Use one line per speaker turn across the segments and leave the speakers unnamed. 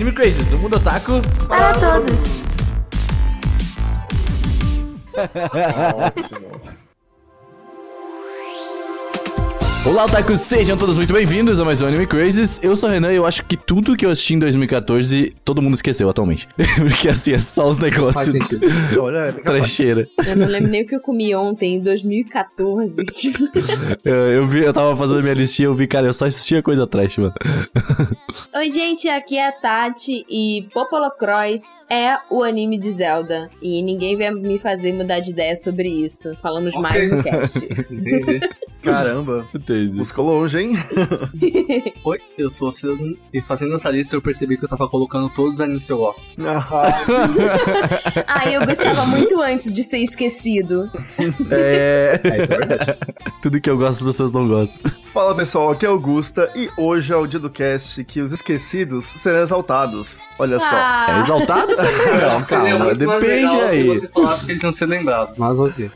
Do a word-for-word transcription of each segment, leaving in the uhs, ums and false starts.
Anime Crazes, o mundo otaku
para todos.
Ótimo.
Olá, otakus, sejam todos muito bem-vindos a mais um Anime Crazes. Eu sou o Renan e eu acho que tudo que eu assisti em dois mil e catorze, todo mundo esqueceu atualmente. Porque assim, é só os negócios
Olha,
trecheira.
Eu não lembro nem o que eu comi ontem, em dois mil e catorze, tipo...
eu, eu, vi, eu tava fazendo minha listinha, eu vi, cara, eu só assistia coisa trash, mano.
Oi, gente, aqui é a Tati e Popolo Cross é o anime de Zelda. E ninguém vai me fazer mudar de ideia sobre isso. Falamos okay. mais no cast.
Entendi. Caramba,
entendi.
Buscou longe, hein?
Oi, eu sou o Cedo e fazendo essa lista eu percebi que eu tava colocando todos os animes que eu gosto.
Ah, eu gostava muito antes de ser esquecido.
É,
é isso é verdade.
Tudo que eu gosto as pessoas não gostam.
Fala pessoal, aqui é Augusta e hoje é o dia do cast que os esquecidos serão exaltados. Olha só.
Ah.
É exaltados também? Não, calma, depende aí.
Se você falasse que eles iam ser lembrados, mas ok.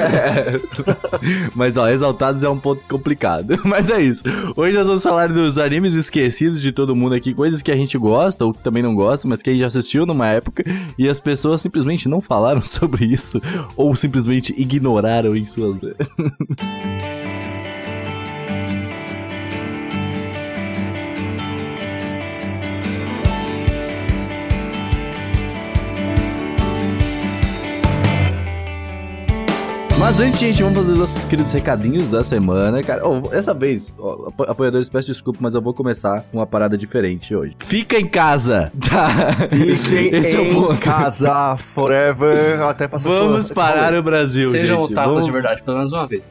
Mas ó, exaltados é um ponto complicado. Mas é isso. Hoje nós vamos falar dos animes esquecidos de todo mundo aqui, coisas que a gente gosta ou que também não gosta, mas que a gente já assistiu numa época e as pessoas simplesmente não falaram sobre isso ou simplesmente ignoraram em suas... Mas antes, gente, vamos fazer os nossos queridos recadinhos da semana, cara. Oh, essa vez, oh, apoiadores, peço desculpa, mas eu vou começar com uma parada diferente hoje. Fica em casa, tá?
Fiquem
Esse
em
é o
casa forever, até passar.
Vamos
sua,
parar o Brasil,
Sejam
gente.
otakus
Vamos...
de verdade, pelo menos uma vez.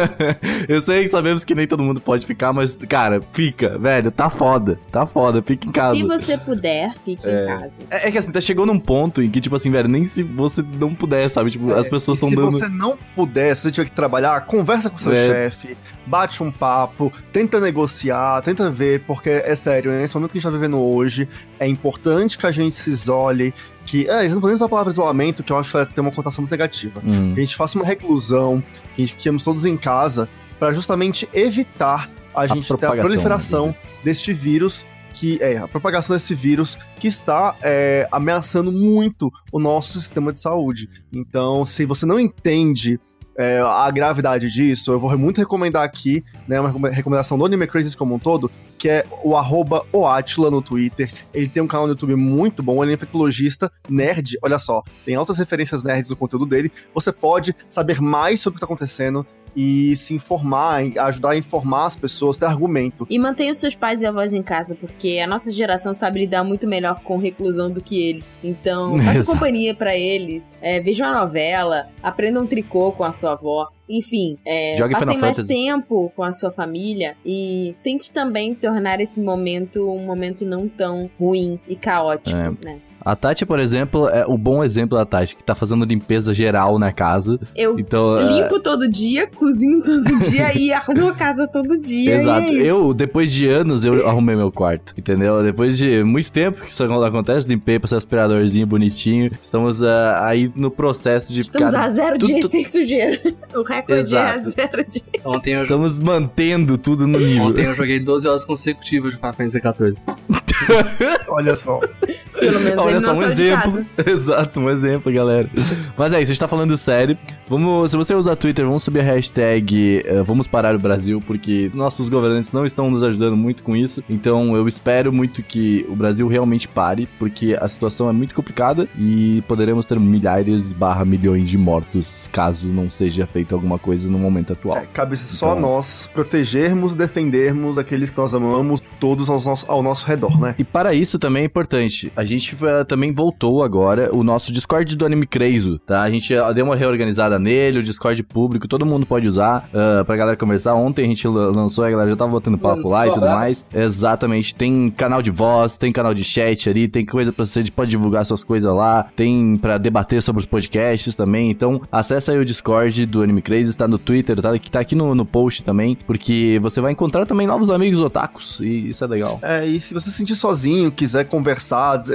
Eu sei que sabemos que nem todo mundo pode ficar, mas, cara, fica, velho, tá foda, tá foda, fica em casa.
Se você puder, fique é... em casa.
É, é que assim, tá chegando num ponto em que, tipo assim, velho, nem se você não puder, sabe? Tipo, é, as pessoas estão dando...
Se você não puder, se você tiver que trabalhar, conversa com seu é. chefe, bate um papo, tenta negociar, tenta ver, porque é sério, nesse momento que a gente tá vivendo hoje, é importante que a gente se isole, que, é, não podemos usar a palavra isolamento, que eu acho que ela tem uma conotação muito negativa,
hum.
que a gente faça uma reclusão, que a gente fiquemos todos em casa, pra justamente evitar a gente a ter a proliferação deste vírus, que é a propagação desse vírus que está é, ameaçando muito o nosso sistema de saúde. Então, se você não entende É, a gravidade disso, eu vou muito recomendar aqui, né, uma recomendação do Anime Crazes como um todo, que é o arroba Oatila no Twitter. Ele tem um canal no YouTube muito bom, ele é infectologista, nerd, olha só, tem altas referências nerds no conteúdo dele. Você pode saber mais sobre o que está acontecendo e se informar, ajudar a informar as pessoas, ter argumento.
E mantenha os seus pais e avós em casa, porque a nossa geração sabe lidar muito melhor com reclusão do que eles. Então, faça
Exato.
companhia pra eles, é, veja uma novela, aprenda um tricô com a sua avó. Enfim, é, passem mais Fantasy. tempo com a sua família e tente também tornar esse momento um momento não tão ruim e caótico, é. né?
A Tati, por exemplo, é o bom exemplo da Tati, que tá fazendo limpeza geral na casa.
Eu
então,
limpo
é...
todo dia, cozinho todo dia e arrumo a casa todo dia.
Exato.
E é
eu, depois de anos, eu arrumei meu quarto, entendeu? Depois de muito tempo que isso acontece, limpei, passei aspiradorzinho bonitinho. Estamos uh, aí no processo de...
Estamos
cara,
a zero
tudo,
dias
tudo...
sem sujeira. O recorde
Exato.
é zero dias.
Ontem eu...
Estamos mantendo tudo no nível.
Ontem eu joguei doze horas consecutivas de Final Fantasy catorze.
Olha só.
Pelo menos
Olha
ele
só,
não
um
saiu de
exemplo.
casa.
Exato, um exemplo, galera. Mas é isso, a gente tá falando sério. Vamos, se você usar Twitter, vamos subir a hashtag uh, Vamos Parar o Brasil, porque nossos governantes não estão nos ajudando muito com isso. Então eu espero muito que o Brasil realmente pare, porque a situação é muito complicada e poderemos ter milhares barra milhões de mortos caso não seja feito alguma coisa no momento atual.
É, cabe só
então...
nós protegermos, defendermos aqueles que nós amamos, todos ao nosso, ao nosso redor, né?
E para isso também é importante, a gente uh, também voltou agora o nosso Discord do Anime Crazy, tá? A gente uh, deu uma reorganizada nele, o Discord público, todo mundo pode usar uh, pra galera conversar. Ontem a gente lançou, a galera já tava botando papo lá e tudo mais. Exatamente, tem canal de voz, tem canal de chat ali, tem coisa pra você, pode divulgar suas coisas lá, tem pra debater sobre os podcasts também. Então acessa aí o Discord do Anime Crazy, tá no Twitter, tá, que tá aqui no, no post também, porque você vai encontrar também novos amigos otakus e isso é legal.
É, e se você se sentir sozinho, quiser conversar,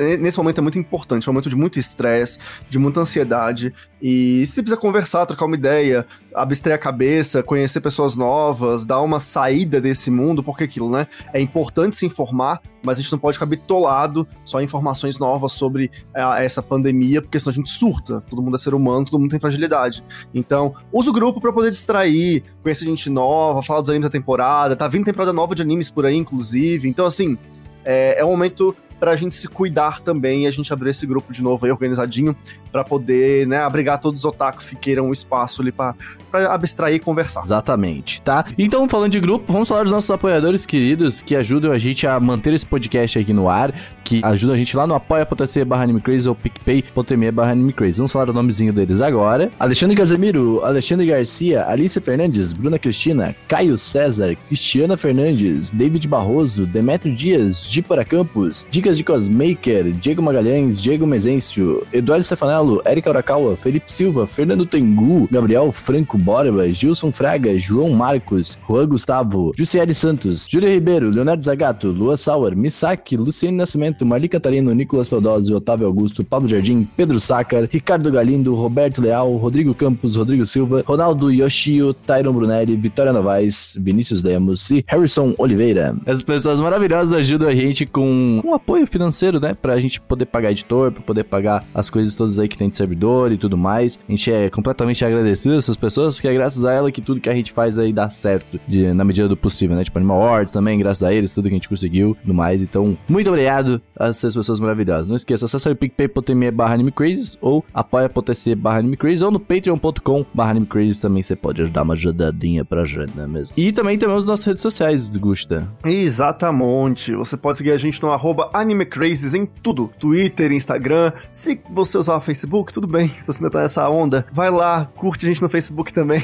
nesse momento é muito importante, é um momento de muito estresse, de muita ansiedade, e se precisa conversar, trocar uma ideia, abstrair a cabeça, conhecer pessoas novas, dar uma saída desse mundo, porque aquilo, né? É importante se informar, mas a gente não pode ficar bitolado só em informações novas sobre a, essa pandemia, porque senão a gente surta. Todo mundo é ser humano, todo mundo tem fragilidade. Então, usa o grupo pra poder distrair, conhecer gente nova, falar dos animes da temporada, tá vindo temporada nova de animes por aí, inclusive. Então, assim, é, é um momento pra gente se cuidar também e a gente abrir esse grupo de novo aí, organizadinho, pra poder, né, abrigar todos os otakus que queiram um espaço ali pra, pra abstrair e conversar.
Exatamente, tá? Então, falando de grupo, vamos falar dos nossos apoiadores queridos que ajudam a gente a manter esse podcast aqui no ar, que ajudam a gente lá no apoia.se barra animecrazy ou picpay.me barra animecrazy. Vamos falar o nomezinho deles agora. Alexandre Casemiro, Alexandre Garcia, Alice Fernandes, Bruna Cristina, Caio César, Cristiana Fernandes, David Barroso, Demetrio Dias, Dípara Campos, Dicas de Cosmaker, Diego Magalhães, Diego Mezencio, Eduardo Stefanello, Erika Urakawa, Felipe Silva, Fernando Tengu, Gabriel Franco Borba, Gilson Fraga, João Marcos, Juan Gustavo, Jussiele Santos, Júlia Ribeiro, Leonardo Zagato, Lua Sauer, Misaki, Luciene Nascimento, Marli Catarino, Nicolas Teodósio, Otávio Augusto, Pablo Jardim, Pedro Sácar, Ricardo Galindo, Roberto Leal, Rodrigo Campos, Rodrigo Silva, Ronaldo Yoshio, Tyron Brunelli, Vitória Novaes, Vinícius Lemos e Harrison Oliveira. Essas pessoas maravilhosas ajudam a gente com um apoio financeiro, né? Pra gente poder pagar editor, pra poder pagar as coisas todas aí que tem de servidor e tudo mais. A gente é completamente agradecido a essas pessoas, porque é graças a ela que tudo que a gente faz aí dá certo, de, na medida do possível, né? Tipo, Animal Awards também, graças a eles, tudo que a gente conseguiu e tudo mais. Então, muito obrigado a essas pessoas maravilhosas. Não esqueça, acessa o picpay.me barra animecrazy ou apoia.se barra animecrazy ou no patreon.com barra animecrazy também você pode ajudar uma ajudadinha pra gente, não é mesmo? E também temos nossas redes sociais, Gusta.
Exatamente. Você pode seguir a gente no arroba animecrazes em tudo. Twitter, Instagram. Se você usar o Facebook, tudo bem. Se você ainda tá nessa onda, vai lá, curte a gente no Facebook também.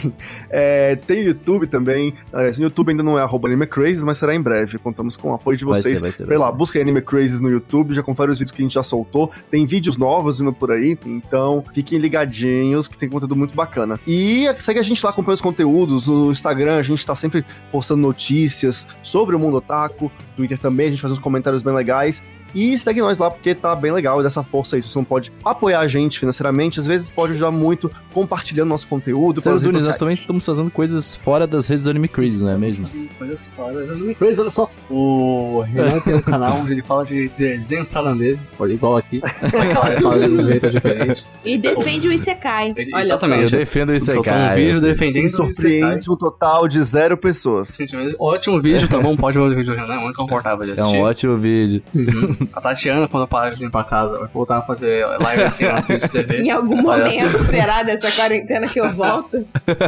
É, tem o YouTube também. No YouTube ainda não é arroba animecrazes, mas será em breve. Contamos com o apoio de vocês. Vai ser, vai ser, vai vai lá, busca aí Animecrazes no YouTube, já confere os vídeos que a gente já soltou. Tem vídeos novos indo por aí, então fiquem ligadinhos que tem conteúdo muito bacana. E segue a gente lá, acompanha os conteúdos. No Instagram a gente tá sempre postando notícias sobre o mundo otaku. Twitter também, a gente faz uns comentários bem legais. E segue nós lá, porque tá bem legal e dessa força aí. Se você não pode apoiar a gente financeiramente, às vezes pode ajudar muito compartilhando nosso conteúdo pelas redes sociais.
Nós também estamos fazendo coisas fora das redes do Animecrazy, não é mesmo?
Coisas fora das Animecrazy, olha só. O Renan tem um canal onde ele fala de desenhos tailandeses, igual aqui. Só que ele fala de um jeito diferente.
E defende o Isekai.
Ele,
olha
exatamente.
Só.
Eu defendo o Isekai.
Soltou um vídeo defendendo
o Isekai. Surpreende um total de zero pessoas.
Sim, ótimo vídeo, tá bom? Pode ver o vídeo do Renan, é muito confortável de assistir.
É um ótimo vídeo.
Uhum. A Tatiana, quando parar de limpar a casa, vai voltar a fazer live assim na Twitch T V.
Em algum momento assim. Será dessa quarentena que eu volto?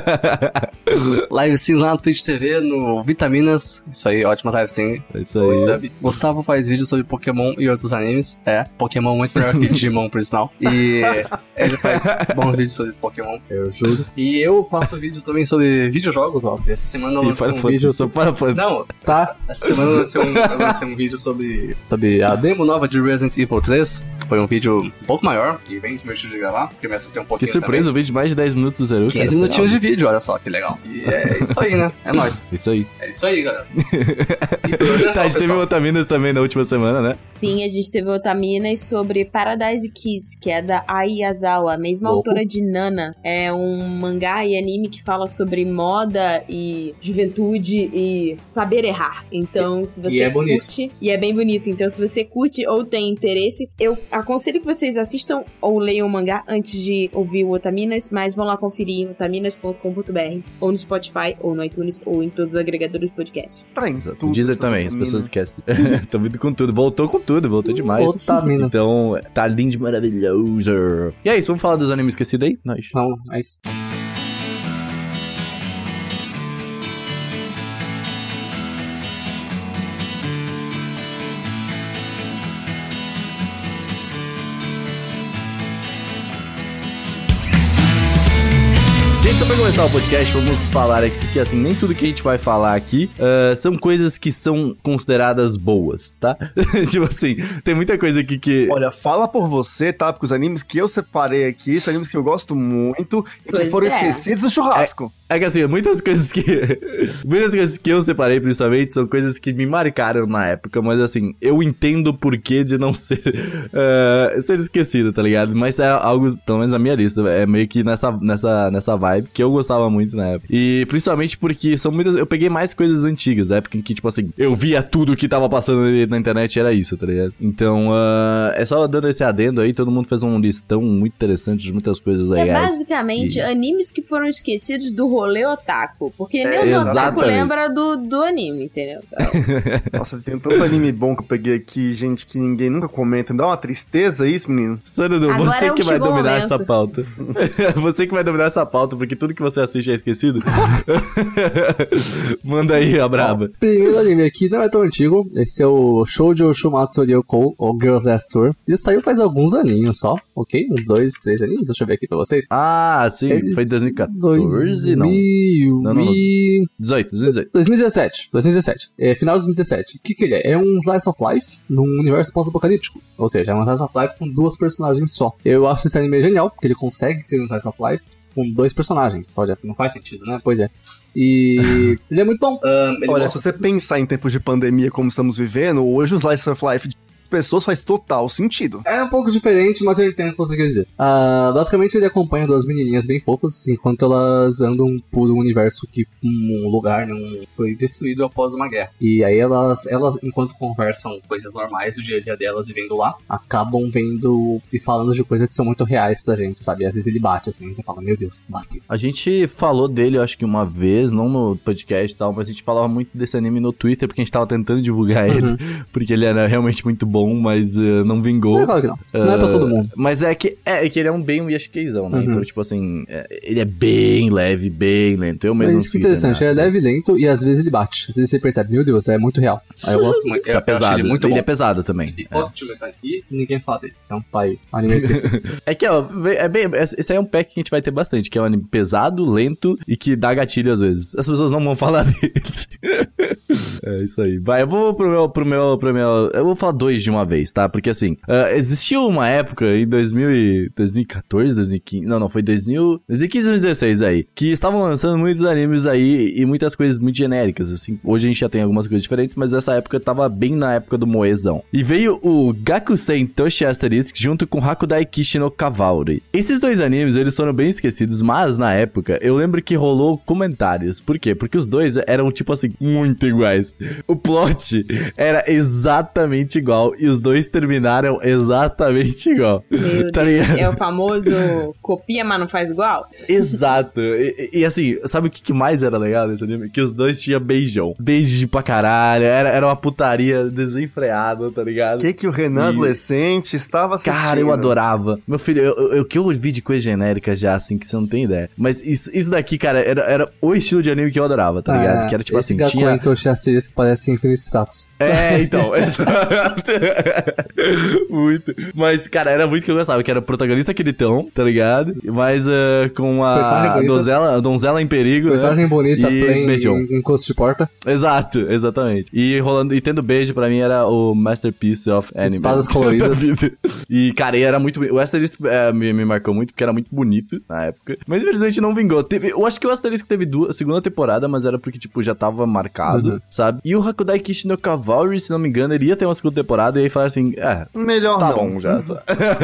Live sim lá na Twitch T V, no Vitaminas. Isso aí, ótima live sim.
É isso aí.
Sub. Gustavo faz vídeos sobre Pokémon e outros animes. É, Pokémon muito melhor que Digimon, por sinal. E ele faz bons vídeos sobre Pokémon, eu juro. E eu faço vídeos também sobre videojogos, ó. Essa semana eu lancei um vídeo sobre... Não, tá. Essa semana eu lancei um, eu lancei um vídeo sobre, sobre a demo nova de Resident Evil três. Foi um vídeo um pouco maior e bem divertido de gravar, porque me assustei um pouquinho.
Que surpresa, o vídeo de mais de dez minutos do Zeru.
quinze minutinhos de vídeo, olha só que legal. E é isso aí, né? É nóis.
Isso aí.
É isso aí, galera.
E hoje é só, tá, a gente teve Otaminas também na última semana, né?
Sim, a gente teve Otaminas sobre Paradise Kiss, que é da Ai Yazawa, a mesma Louco. autora de Nana. É um mangá e anime que fala sobre moda e juventude e saber errar. Então, se você
e é
curte...
Bonito.
E é bem bonito. Então, se você curte ou tem interesse, eu aconselho que vocês assistam ou leiam o mangá antes de ouvir o Otaminas, mas vão lá conferir otaminas ponto com ponto b r ou no Spotify, ou no iTunes, ou em todos os agregadores de podcast.
Tá indo tudo.
Dizer também, as pessoas esquecem. Tô vindo com tudo. Voltou com tudo, voltou demais.
Otaminas.
Então, tá lindo, maravilhoso. E é isso, vamos falar dos animes esquecidos aí? Nós.
Não, é isso.
Só pra começar o podcast, vamos falar aqui que, assim, nem tudo que a gente vai falar aqui uh, são coisas que são consideradas boas, tá? Tipo assim, tem muita coisa aqui que...
Olha, fala por você, tá? Porque os animes que eu separei aqui são animes que eu gosto muito e pois que foram é. esquecidos no churrasco.
É, É que assim, muitas coisas que... muitas coisas que eu separei, principalmente, são coisas que me marcaram na época, mas assim, eu entendo o porquê de não ser... Uh, ser esquecido, tá ligado? Mas é algo, pelo menos na minha lista, é meio que nessa, nessa, nessa vibe que eu gostava muito na época. E principalmente porque são muitas... Eu peguei mais coisas antigas, da época em que, tipo assim, eu via tudo que tava passando na internet, era isso, tá ligado? Então, uh, é só dando esse adendo aí, todo mundo fez um listão muito interessante de muitas coisas legais.
É basicamente e... animes que foram esquecidos do rolê otaku, porque nem é, os otaku lembra do, do anime, entendeu?
Nossa, tem tanto anime bom que eu peguei aqui, gente, que ninguém nunca comenta. Me dá uma tristeza isso, menino?
Sarudu, você que vai dominar momento. essa pauta. Você que vai dominar essa pauta, porque tudo que você assiste é esquecido. Manda aí, a braba.
Bom, primeiro anime aqui não é tão antigo. Esse é o Shoujo Shumatsu Ryoukou, ou Girls Last Tour. Ele saiu faz alguns aninhos só, ok? Uns dois, três aninhos, deixa eu ver aqui pra vocês.
Ah, sim, Eles... foi em dois mil e quatorze, não. Não, não, não. dezoito, dois mil e dezoito.
dois mil e dezessete, dois mil e dezessete. É, final de dois mil e dezessete. O que que ele é? É um slice of life num universo pós-apocalíptico. Ou seja, é um slice of life com duas personagens só. Eu acho esse anime genial, porque ele consegue ser um slice of life com dois personagens. Olha, não faz sentido, né? Pois é. E ele é muito bom. Um,
Olha, gosta... se você pensar em tempos de pandemia como estamos vivendo, hoje o slice of life de pessoas faz total sentido.
É um pouco diferente, mas eu entendo o que você quer dizer. Uh, basicamente, ele acompanha duas menininhas bem fofas, enquanto elas andam por um universo que um lugar não foi destruído após uma guerra. E aí elas, elas, enquanto conversam coisas normais do dia a dia delas e vendo lá, acabam vendo e falando de coisas que são muito reais pra gente, sabe? Às vezes ele bate assim, e você fala, meu Deus, bateu.
A gente falou dele, eu acho que uma vez, não no podcast e tal, mas a gente falava muito desse anime no Twitter, porque a gente tava tentando divulgar uhum. ele, porque ele era realmente muito bom, mas uh, não vingou.
É claro que não. Uh, não é pra todo mundo.
Mas é que, é, é que ele é um bem um Yashikeizão, né? Uhum. Então, tipo assim, é, ele é bem leve, bem lento. Eu mesmo.
Mas isso que é interessante, ele é leve e lento e às vezes ele bate. Às vezes você percebe, meu Deus, é muito real. Aí eu gosto muito.
É pesado. Ele, muito ele é pesado também.
É. Ótimo esse aqui, ninguém fala dele. Então, pai, anime esquecido.
É que, ó, é bem, esse aí é um pack que a gente vai ter bastante, que é um anime pesado, lento e que dá gatilho às vezes. As pessoas não vão falar dele. É isso aí. Vai, eu vou pro meu, pro meu, pro meu... Eu vou falar dois de uma vez, tá? Porque assim, uh, existiu uma época em dois mil e, dois mil e quatorze, dois mil e quinze... Não, não, foi dois mil, dois mil e quinze, dois mil e dezesseis aí. Que estavam lançando muitos animes aí e muitas coisas muito genéricas, assim. Hoje a gente já tem algumas coisas diferentes, mas essa época tava bem na época do Moezão. E veio o Gakusen Toshi Asterisk junto com Hakudai Kishi no Cavalry. Esses dois animes, eles foram bem esquecidos, mas na época eu lembro que rolou comentários. Por quê? Porque os dois eram, tipo assim, muito iguais. O plot era exatamente igual e os dois terminaram exatamente igual.
Meu tá Deus, ligado? É o famoso copia, mas não faz igual?
Exato. E, e assim, sabe o que mais era legal nesse anime? Que os dois tinham beijão. Beijo pra caralho. Era, era uma putaria desenfreada, tá ligado?
O que que o Renan, e... adolescente, estava assistindo?
Cara, eu adorava. Meu filho, o que eu, eu vi de coisa genérica já, assim, que você não tem ideia. Mas isso, isso daqui, cara, era, era o estilo de anime que eu adorava, tá ligado?
É,
que era tipo
esse
assim, tinha...
que parece Infinite Status.
É, então, exato. Muito. Mas, cara, era muito que eu gostava, que era o protagonista queridão, tá ligado? Mas uh, com a donzela, a donzela em perigo,
personagem
né?
bonita, play em encosto de porta.
Exato, exatamente. E rolando, e tendo beijo, pra mim, era o Masterpiece of Anime.
Espadas coloridas.
E, cara, e era muito... O Asterisk é, me, me marcou muito, porque era muito bonito na época. Mas, infelizmente, não vingou. Teve, eu acho que o Asterisk teve duas, segunda temporada, mas era porque, tipo, já tava marcado, uhum. sabe? E o Hakudai Kishi no Cavalry, se não me engano, ele ia ter uma segunda temporada e aí falaram assim, é,
melhor
tá
não.
bom já, só.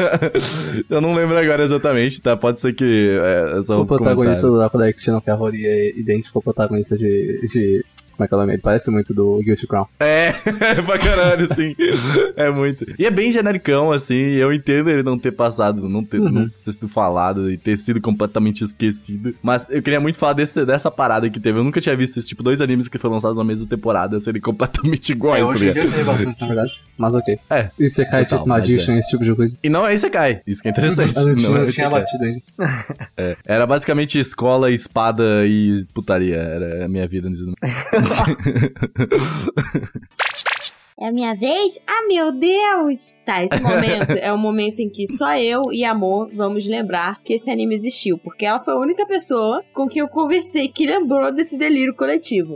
Eu não lembro agora exatamente, tá? Pode ser que... É,
o protagonista do Hakudai Kishi no Cavalry é idêntico ao protagonista de... de... Como é que é o nome? Ele parece muito do Guilty Crown.
É, pra caralho, sim. É muito. E é bem genericão, assim, eu entendo ele não ter passado, não ter, uhum. não ter sido falado e ter sido completamente esquecido. Mas eu queria muito falar desse, dessa parada que teve. Eu nunca tinha visto esse tipo, dois animes que foram lançados na mesma temporada serem completamente iguais.
É, hoje em dia você vê bastante, na verdade. Mas ok.
É.
E você cai tipo Magician, é. esse tipo de coisa.
E não é isso que cai. Isso que é interessante.
Eu não tinha,
não
é tinha batido ainda.
É. Era basicamente escola, espada e putaria. Era a minha vida nesse
É a minha vez? Ah, meu Deus! Tá, esse momento é o momento em que só eu e Amor vamos lembrar que esse anime existiu, porque ela foi a única pessoa com quem eu conversei que lembrou desse delírio coletivo.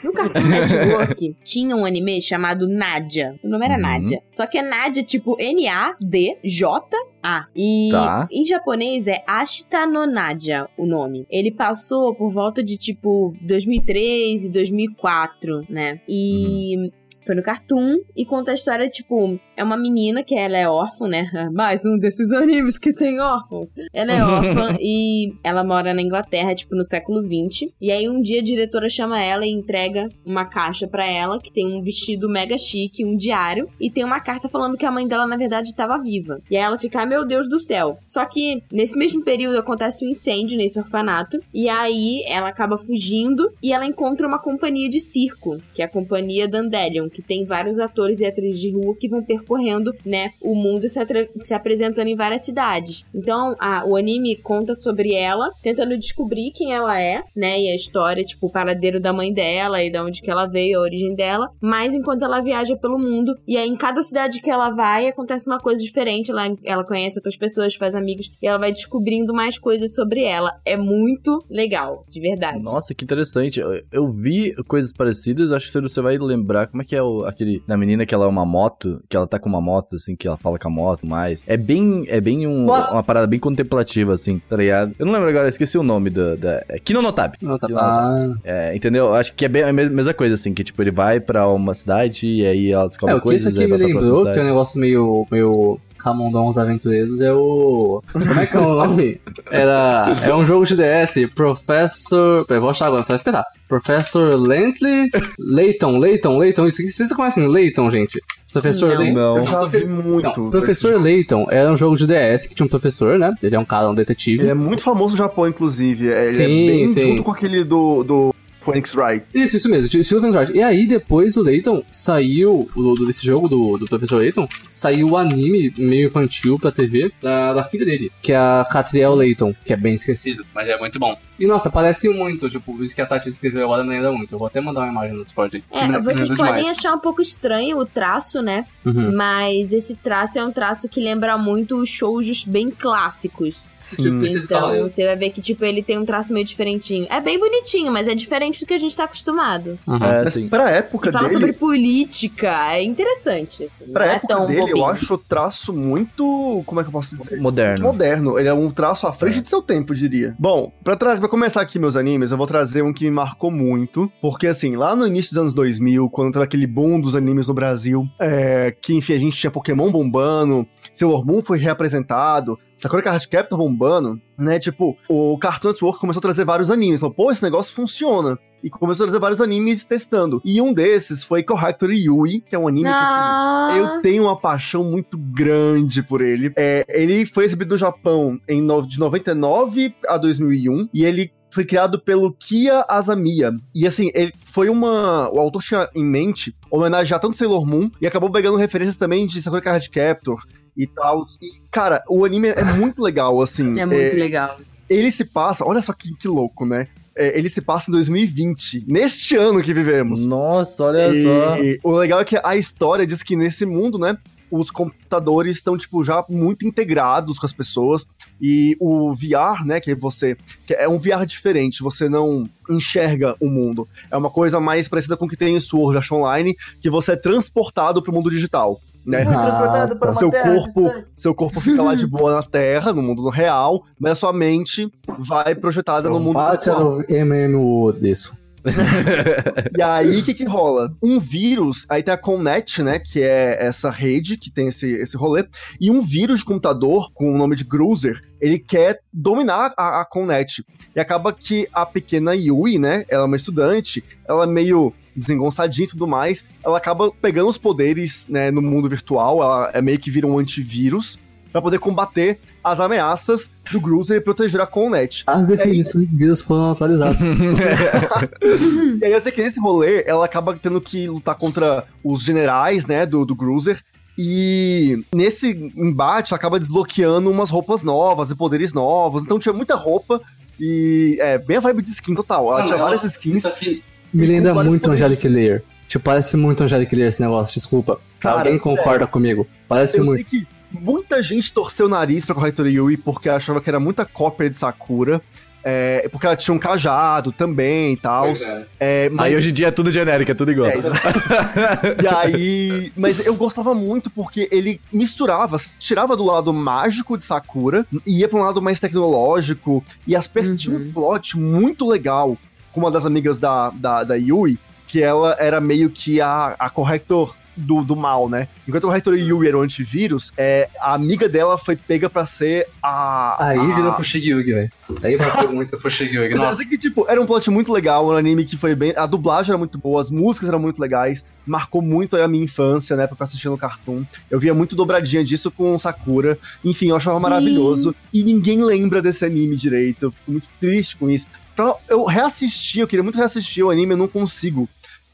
No Cartoon Network tinha um anime chamado Nadia. O nome era uhum. Nadia. Só que é Nadia tipo N A D J A. E tá. em japonês é Ashita no Nadia o nome. Ele passou por volta de tipo dois mil e três e dois mil e quatro, né? E... Uhum. Foi no Cartoon e conta a história, tipo, é uma menina que ela é órfã, né? Mais um desses animes que tem órfãos. Ela é órfã e ela mora na Inglaterra, tipo, no século vinte. E aí um dia a diretora chama ela e entrega uma caixa pra ela, que tem um vestido mega chique, um diário, e tem uma carta falando que a mãe dela, na verdade, estava viva. E aí ela fica, ah, meu Deus do céu. Só que nesse mesmo período acontece um incêndio nesse orfanato, e aí ela acaba fugindo e ela encontra uma companhia de circo, que é a Companhia Dandelion, que tem vários atores e atrizes de rua que vão percorrendo, né, o mundo se, se apresentando em várias cidades. Então, a, o anime conta sobre ela, tentando descobrir quem ela é, né, e a história, tipo, o paradeiro da mãe dela e de onde que ela veio, a origem dela, mas enquanto ela viaja pelo mundo, e aí em cada cidade que ela vai, acontece uma coisa diferente, ela, ela conhece outras pessoas, faz amigos, e ela vai descobrindo mais coisas sobre ela. É muito legal, de verdade.
Nossa, que interessante. Eu, eu vi coisas parecidas, acho que você vai lembrar, como é que é o, aquele, da menina que ela é uma moto, que ela tá com uma moto, assim, que ela fala com a moto, mas é bem, é bem um, uma parada bem contemplativa, assim, tá ligado? Eu não lembro agora, esqueci o nome da, da é Kino no Tabi.
Ah.
É, entendeu? Acho que é bem a mesma coisa, assim, que tipo, ele vai pra uma cidade e aí ela descobre
é,
coisas.
O que esse aqui me lembrou, que é um negócio meio, meio Camundongos Aventureiros, é o... Como é que é o nome? Era... É um jogo de D S, Professor... Eu vou achar agora, só vai esperar. Professor Lentley... Layton, Layton, Layton. Isso aqui, vocês conhecem Layton, gente? Professor
não,
Layton.
Não, eu já vi muito.
Então, Professor Layton era um jogo de D S que tinha um professor, né? Ele é um cara, um detetive.
Ele é muito famoso no Japão, inclusive. Ele
sim,
é bem
sim.
junto com aquele do... do... Phoenix Wright.
Isso, isso mesmo, estilo Phoenix Wright. E aí, depois do Layton, saiu, do, desse jogo do, do Professor Layton, saiu o anime meio infantil pra T V da, da filha dele, que é a Catriel Layton, que é bem esquecido, mas é muito bom. E nossa, parece muito, tipo, isso que a Tati escreveu agora me lembra muito. Eu vou até mandar uma imagem no Discord.
É, me, vocês me podem demais. achar um pouco estranho o traço, né? Uhum. Mas esse traço é um traço que lembra muito os shoujos bem clássicos.
Sim.
Então, você vai ver que, tipo, ele tem um traço meio diferentinho. É bem bonitinho, mas é diferente do que a gente tá acostumado.
Uhum. É, mas sim. Pra época
e fala
dele...
sobre política, é interessante. Assim,
pra
não
época
é tão
dele,
bobinho.
eu acho o traço muito... Como é que eu posso dizer?
Moderno.
Muito moderno. Ele é um traço à frente é. de seu tempo, eu diria. Bom, pra, tra- pra começar aqui meus animes, eu vou trazer um que me marcou muito, porque assim, lá no início dos anos dois mil, quando teve aquele boom dos animes no Brasil, é, que enfim, a gente tinha Pokémon bombando, Sailor Moon foi reapresentado, Sakura Card Captor bombando, né, tipo, o Cartoon Network começou a trazer vários animes, falou, pô, esse negócio funciona. E começou a trazer vários animes testando. E um desses foi Kohatori Yui, que é um anime ah. que, assim, eu tenho uma paixão muito grande por ele. É, ele foi exibido no Japão em no, de noventa e nove a dois mil e um, e ele foi criado pelo Kiya Asamiya. E assim, ele foi uma... O autor tinha em mente homenagear tanto Sailor Moon, e acabou pegando referências também de Sakura Card Captor e tal. E, cara, o anime é muito legal, assim.
É muito é, legal.
Ele se passa... Olha só que, que louco, né? É, ele se passa em dois mil e vinte, neste ano que vivemos.
Nossa, olha
e,
só.
O legal é que a história diz que nesse mundo, né, os computadores estão, tipo, já muito integrados com as pessoas, e o V R, né, que você... Que é um V R diferente, você não enxerga o mundo. É uma coisa mais parecida com o que tem em Sword Art Online, que você é transportado pro mundo digital. Né?
Ah,
para seu corpo, seu corpo fica lá de boa na Terra, no mundo real, mas a sua mente vai projetada no mundo virtual.
M M O disso.
E aí, o que que rola? Um vírus, aí tem a Connet, né, que é essa rede que tem esse, esse rolê, e um vírus de computador com o nome de Gruser, ele quer dominar a, a Connet. E acaba que a pequena Yui, né, ela é uma estudante, ela é meio desengonçadinha e tudo mais, ela acaba pegando os poderes, né, no mundo virtual, ela é meio que vira um antivírus, pra poder combater as ameaças do Gruser e proteger a Connet.
As definições de vírus foram atualizadas.
E aí eu sei que nesse rolê, ela acaba tendo que lutar contra os generais, né, do, do Gruser, e nesse embate ela acaba desbloqueando umas roupas novas e poderes novos, então tinha muita roupa e é bem a vibe de skin total. Ela ah, tinha várias skins.
Isso aqui me lembra muito Angelic Layer. Tipo, parece muito Angelic Layer esse negócio, desculpa. Cara, alguém concorda é. comigo? Parece
eu
muito.
Sei que muita gente torceu o nariz pra Kohatori Yui porque achava que era muita cópia de Sakura. É, porque ela tinha um cajado também e tal.
É. É, mas... Aí hoje em dia é tudo genérico, é tudo igual. É,
e aí... Mas eu gostava muito porque ele misturava, tirava do lado mágico de Sakura e ia pra um lado mais tecnológico. E as peças uhum. tinham um plot muito legal com uma das amigas da, da, da Yui, que ela era meio que a, a corrector do, do mal, né? Enquanto o corrector Yui era o antivírus, é, a amiga dela foi pega pra ser a...
Aí
a...
virou Fushigi-Yugi, velho. Aí bateu muito Fushigi-Yugi.
Mas assim que, tipo, era um plot muito legal, um anime que foi bem... A dublagem era muito boa, as músicas eram muito legais, marcou muito a minha infância, né? Porque eu assistindo o Cartoon. Eu via muito dobradinha disso com Sakura. Enfim, eu achava Sim. maravilhoso. E ninguém lembra desse anime direito. Eu fico muito triste com isso. Pra eu reassistir, eu queria muito reassistir o anime, eu não consigo.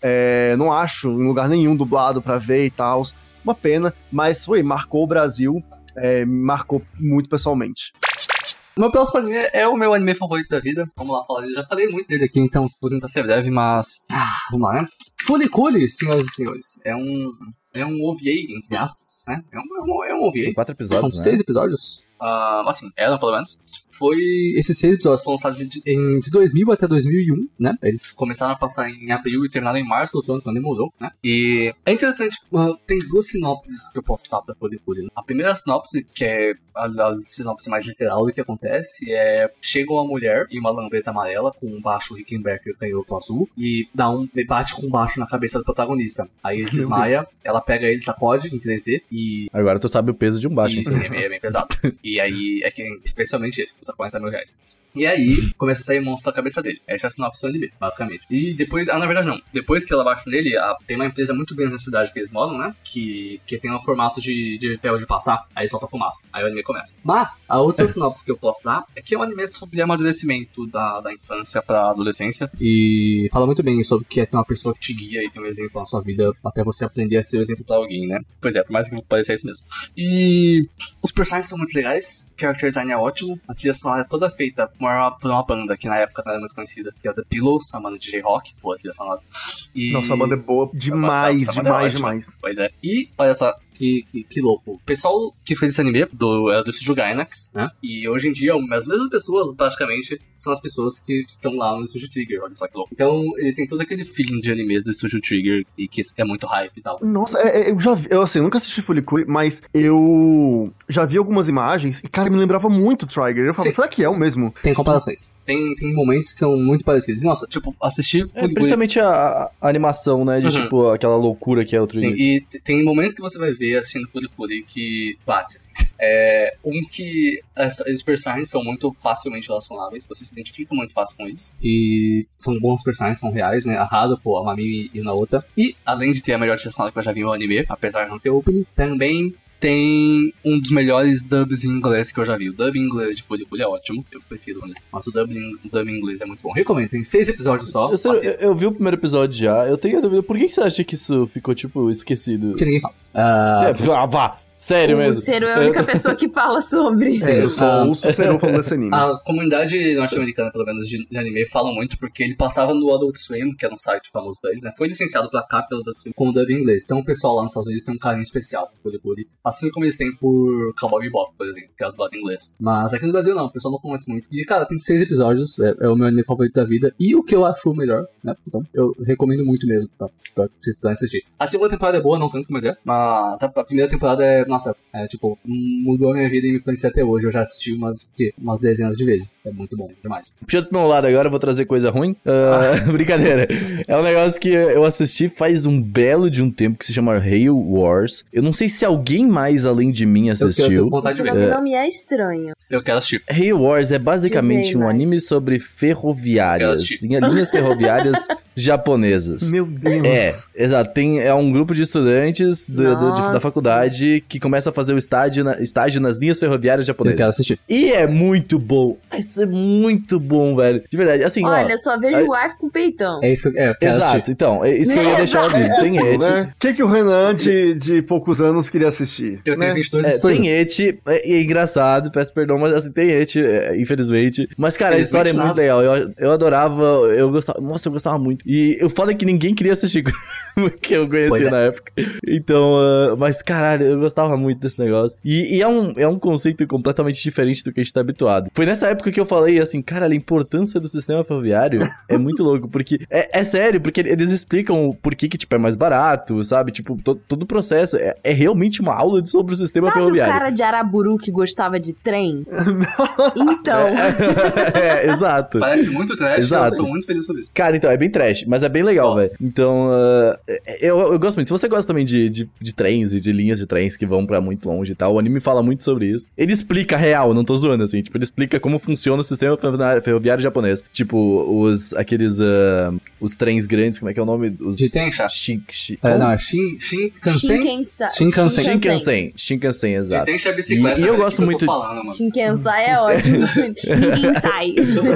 É, não acho em lugar nenhum dublado pra ver e tal. Uma pena, mas foi, marcou o Brasil, é, marcou muito pessoalmente.
O meu próximo anime é o meu anime favorito da vida. Vamos lá falar, eu já falei muito dele aqui, então vou tentar ser breve, mas... Ah, vamos lá, né? Furikuri, senhoras e senhores, é um... É um O V A, entre aspas, né? É um, é um, é um O V A.
São quatro episódios,
São
né?
seis episódios. Uh, assim, eram pelo menos. Foi... Esses seis episódios foram lançados de, em, de dois mil até dois mil e um, né? Eles começaram a passar em abril e terminaram em março do outro ano, quando demorou, né? E é interessante, uh, tem duas sinopses que eu posso dar pra Furikuri, né? A primeira sinopse, que é a, a sinopse mais literal do que acontece, é... Chega uma mulher e uma lambreta amarela com um baixo Rickenbacker canhoto azul e dá um debate com um baixo na cabeça do protagonista. Aí ele desmaia, ela pega ele, sacode em três D e...
Agora tu sabe o peso de um baixo.
Isso, é bem, é bem pesado. E aí, é que especialmente esse, que custa quarenta mil reais. E aí, começa a sair monstro da cabeça dele. Essa é a sinopse do anime, basicamente. E depois, ah, na verdade não. Depois que ela bate nele, a, tem uma empresa muito grande na cidade que eles moram, né? Que, que tem um formato de, de ferro de passar, aí solta fumaça. Aí o anime começa. Mas, a outra sinopse que eu posso dar é que é um anime sobre amadurecimento da, da infância pra adolescência. E fala muito bem sobre o que é ter uma pessoa que te guia e tem um exemplo na sua vida até você aprender a ser um exemplo pra alguém, né? Pois é, por mais que pareça isso mesmo. E os personagens são muito legais, o character design é ótimo, a trilha sonora é toda feita por uma, por uma banda que na época não era muito conhecida, que é a The Pillows, a banda de J-Rock, boa trilha sonora.
E... Nossa, a banda é boa demais, essa, essa demais, é demais.
Pois é. E, olha só, Que, que, que louco. O pessoal que fez esse anime do, era do estúdio Gainax, né? E hoje em dia, as mesmas pessoas, praticamente, são as pessoas que estão lá no estúdio Trigger. Olha só que louco. Então, ele tem todo aquele feeling de animes do estúdio Trigger e que é muito hype e tal.
Nossa, é, é, eu já vi, eu assim, eu nunca assisti Furikuri, mas eu já vi algumas imagens e, cara, me lembrava muito Trigger. Eu falava, será que é o mesmo?
Tem comparações. Tem, tem momentos que são muito parecidos. Nossa, tipo, assistir
Furikuri... É, principalmente a, a animação, né? De, uhum. tipo, aquela loucura que é o Trigger.
E, e tem momentos que você vai ver assistindo Furikuri que bate, assim. É, um que essa, esses personagens são muito facilmente relacionáveis, você se identifica muito fácil com eles. E são bons personagens, são reais, né? A Hado, pô, a Mamimi e o Naota. E, além de ter a melhor trilha sonora que eu já vi no anime, apesar de não ter opening, também tem um dos melhores dubs em inglês que eu já vi. O dub em inglês de Furikuri é ótimo, eu prefiro, mas o dub em, o dub em inglês é muito bom. Recomendo, tem seis episódios só.
Eu, sei, eu, eu vi o primeiro episódio já, eu tenho a dúvida, por que, que você acha que isso ficou, tipo, esquecido?
Porque ninguém fala.
Uh... É, vá! Sério
o
mesmo.
O Seru é a única pessoa que fala sobre.
É, eu só ouço o Seru falando desse anime.
A comunidade norte-americana, pelo menos, de, de anime, fala muito porque ele passava no Adult Swim, que era um site famoso pra eles, né? Foi licenciado pra cá pelo Adult Swim com o dub em inglês. Então o pessoal lá nos Estados Unidos tem um carinho especial por Furikuri. Assim como eles têm por Cowboy Bebop, por exemplo, que é dublado em inglês. Mas aqui no Brasil não, o pessoal não conhece muito. E, cara, tem seis episódios, é, é o meu anime favorito da vida. E o que eu acho o melhor, né? Então eu recomendo muito mesmo pra, pra vocês puderem assistir. A segunda temporada é boa, não tanto, mas é. Mas a, a primeira temporada é, nossa, é tipo, mudou a minha vida e me influencia até hoje. Eu já assisti umas, que, umas dezenas de vezes. É muito bom, demais.
Puxando pro meu lado agora, eu vou trazer coisa ruim. Uh, ah. Brincadeira. É um negócio que eu assisti faz um belo de um tempo, que se chama Hail Wars. Eu não sei se alguém mais além de mim assistiu.
Eu, eu tô com vontade de ver.
O nome é estranho.
Eu quero assistir.
Hail Wars é basicamente um anime sobre ferroviárias. Em linhas ferroviárias japonesas.
Meu Deus.
É, exato. Tem, é um grupo de estudantes do, do, de, da faculdade que começa a fazer o estágio, na, estágio nas linhas ferroviárias japonesas.
Eu quero assistir.
E é muito bom. Isso é muito bom, velho. De verdade, assim,
olha,
ó...
eu só vejo o wife com peitão.
É isso que é, eu quero
Exato,
assistir.
então, é isso que eu ia deixar aviso. Tem eti.
O né? que, que o Renan, de, de poucos anos, queria assistir?
Eu
né?
tenho vinte e dois
é, Tem eti, é, é engraçado, peço perdão, mas assim, tem eti, é, infelizmente. Mas, cara, a história é muito legal. Eu, eu adorava, eu gostava... Nossa, eu gostava muito. muito. E eu falo que ninguém queria assistir que eu conheci é. na época. Então, uh, mas caralho, eu gostava muito desse negócio. E, e é, um, é um conceito completamente diferente do que a gente tá habituado. Foi nessa época que eu falei assim, cara, a importância do sistema ferroviário é muito louco, porque é, é sério, porque eles explicam por que que, tipo, é mais barato, sabe? Tipo, to, todo o processo é, é realmente uma aula sobre o sistema
sabe
ferroviário.
Sabe o cara de Araburu que gostava de trem? Então.
É, é, exato.
Parece muito trash,
exato.
eu tô muito feliz sobre isso.
Cara, então, é bem trash, mas é bem legal, velho. Então, uh, eu, eu gosto muito. Se você gosta também de, de, de trens e de linhas de trens que vão pra muito longe e tal, o anime fala muito sobre isso. Ele explica real, não tô zoando, assim. Tipo, ele explica como funciona o sistema ferroviário japonês. Tipo, os, aqueles, uh, os trens grandes, como é que é o nome? Os...
Jitensha.
Shin, shin,
é, não, é Shin, Shinkansen?
Shinkansen.
Shinkansen. Shinkansen, exato.
Jitensha é bicicleta.
E, e eu gosto
que
muito...
Eu falando, mano.
Shinkansen é ótimo. Ninguém sai.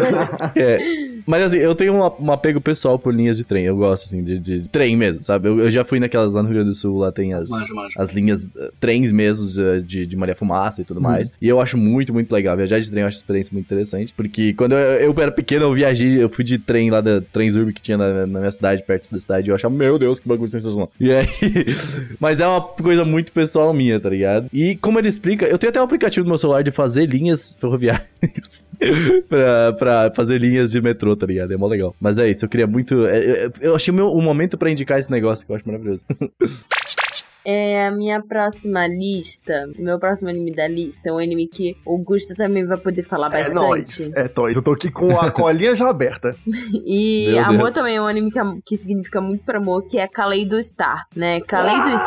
É. Mas assim, eu tenho um, um apego pessoal por linhas de trem. Eu gosto, assim, de, de trem mesmo, sabe? Eu, eu já fui naquelas lá no Rio Grande do Sul, lá tem as,
manjo, manjo.
as linhas, uh, trens mesmo de, de, de Maria Fumaça e tudo mais. Uhum. E eu acho muito, muito legal. Viajar de trem eu acho uma experiência muito interessante. Porque quando eu, eu era pequeno, eu viajei, eu fui de trem lá da Transurb que tinha na, na minha cidade, perto da cidade. E eu achava, meu Deus, que bagulho sensacional. E aí... Mas é uma coisa muito pessoal minha, tá ligado? E como ele explica, eu tenho até um aplicativo no meu celular de fazer linhas ferroviárias. pra, pra fazer linhas de metrô, tá ligado? É mó legal. Mas é isso, eu queria muito... Eu, eu achei o meu, um momento pra indicar esse negócio que eu acho maravilhoso.
É, a minha próxima lista, o meu próximo anime da lista é um anime que o Gusta também vai poder falar bastante.
É nóis, é nóis. Eu tô aqui com a colinha já aberta.
E meu Amor Deus. Também é um anime que, que significa muito pra amor, que é Kaleido Star, né? Kaleido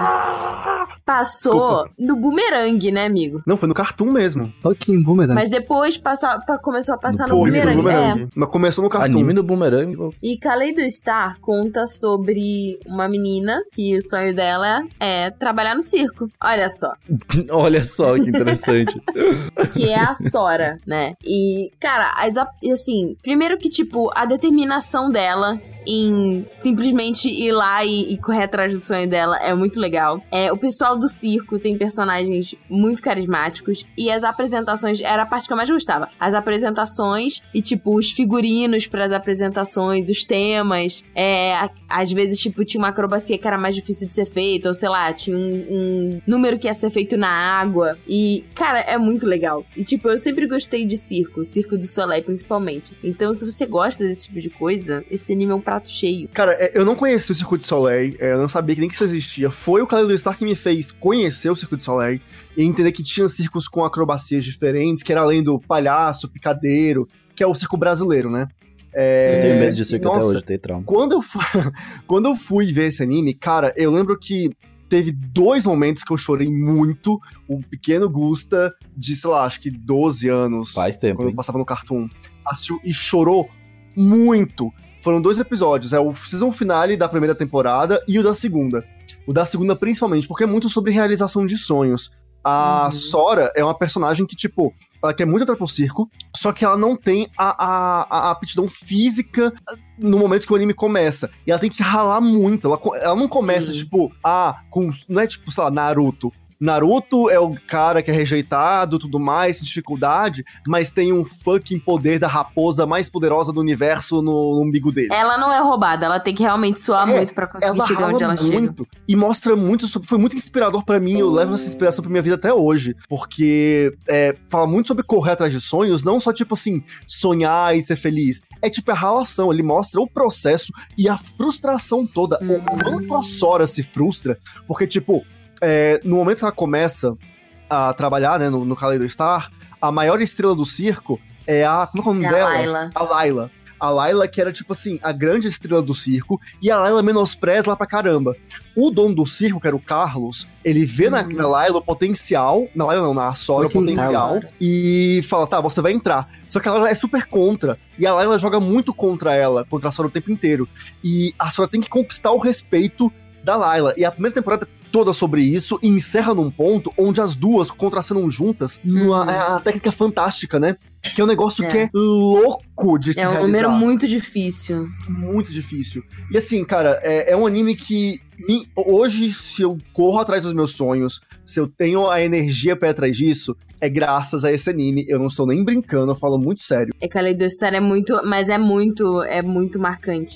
Star passou Desculpa. no Boomerang, né, amigo?
Não, foi no Cartoon mesmo.
Ok, Boomerang.
Mas depois passa, começou a passar no,
no
Boomerang.
Boomerang.
É.
Mas começou no Cartoon.
Anime do Boomerang.
E Kaleido Star conta sobre uma menina que o sonho dela é trabalhar no circo. Olha só.
Olha só, que interessante.
Que é a Sora, né? E, cara, assim, primeiro que, tipo, a determinação dela em simplesmente ir lá e, e correr atrás do sonho dela é muito legal. É, o pessoal do circo tem personagens muito carismáticos e as apresentações era a parte que eu mais gostava. As apresentações e, tipo, os figurinos para as apresentações, os temas. É, a, às vezes, tipo, tinha uma acrobacia que era mais difícil de ser feita, ou sei lá, tinha um, um número que ia ser feito na água. E, cara, é muito legal. E, tipo, eu sempre gostei de circo, Circo du Soleil principalmente. Então, se você gosta desse tipo de coisa, esse anime é um prato cheio.
Cara, eu não conheci o Circo du Soleil, eu não sabia que nem que isso existia. Foi o Kaleido Star que me fez conhecer o Circo du Soleil e entender que tinha circos com acrobacias diferentes, que era além do palhaço, picadeiro, que é o circo brasileiro, né? É...
Eu tenho medo de circo até hoje, tem trauma.
Quando eu, fui... Quando eu fui ver esse anime, cara, eu lembro que teve dois momentos que eu chorei muito. O pequeno Gusta, de, sei lá, acho que doze anos.
Faz tempo,
quando
hein?
eu passava no Cartoon, assistiu e chorou muito. Foram dois episódios, é o season finale da primeira temporada e o da segunda. O da segunda principalmente, porque é muito sobre realização de sonhos. A uhum. Sora é uma personagem que, tipo, ela quer muito entrar pro circo, só que ela não tem a, a, a aptidão física no momento que o anime começa. E ela tem que ralar muito. Ela, ela não começa, Sim. tipo, ah, com, não é tipo, sei lá, Naruto. Naruto é o cara que é rejeitado, tudo mais, sem dificuldade, mas tem um fucking poder da raposa mais poderosa do universo no, no umbigo dele.
Ela não é roubada, ela tem que realmente suar é, muito pra conseguir chegar onde ela
muito,
chega.
E mostra muito, sobre, foi muito inspirador pra mim, eu levo essa inspiração pra minha vida até hoje, porque é, fala muito sobre correr atrás de sonhos, não só tipo assim, sonhar e ser feliz, é tipo a relação, ele mostra o processo e a frustração toda, hum. o quanto a Sora se frustra, porque tipo, É, no momento que ela começa a trabalhar, né, no, no Kaleido Star, a maior estrela do circo é a... Como é o nome
é
dela?
A Layla.
A Layla. A Layla, que era, tipo assim, a grande estrela do circo, e a Layla menospreza lá pra caramba. O dono do circo, que era o Carlos, ele vê uhum. na, na Layla o potencial... Na Layla não, na Sora o potencial, Carlos. E fala, tá, você vai entrar. Só que ela é super contra, e a Layla joga muito contra ela, contra a Sora o tempo inteiro. E a Sora tem que conquistar o respeito da Layla. E a primeira temporada toda sobre isso e encerra num ponto onde as duas contracenam juntas numa uhum. é uma técnica fantástica, né? Que é um negócio é. que é louco de se
é um
realizar.
número muito difícil.
Muito difícil. E assim, cara, é, é um anime que me, hoje, se eu corro atrás dos meus sonhos, se eu tenho a energia pra ir atrás disso, é graças a esse anime. Eu não estou nem brincando, eu falo muito sério.
É, Kaleido Star é muito, mas é muito, é muito marcante.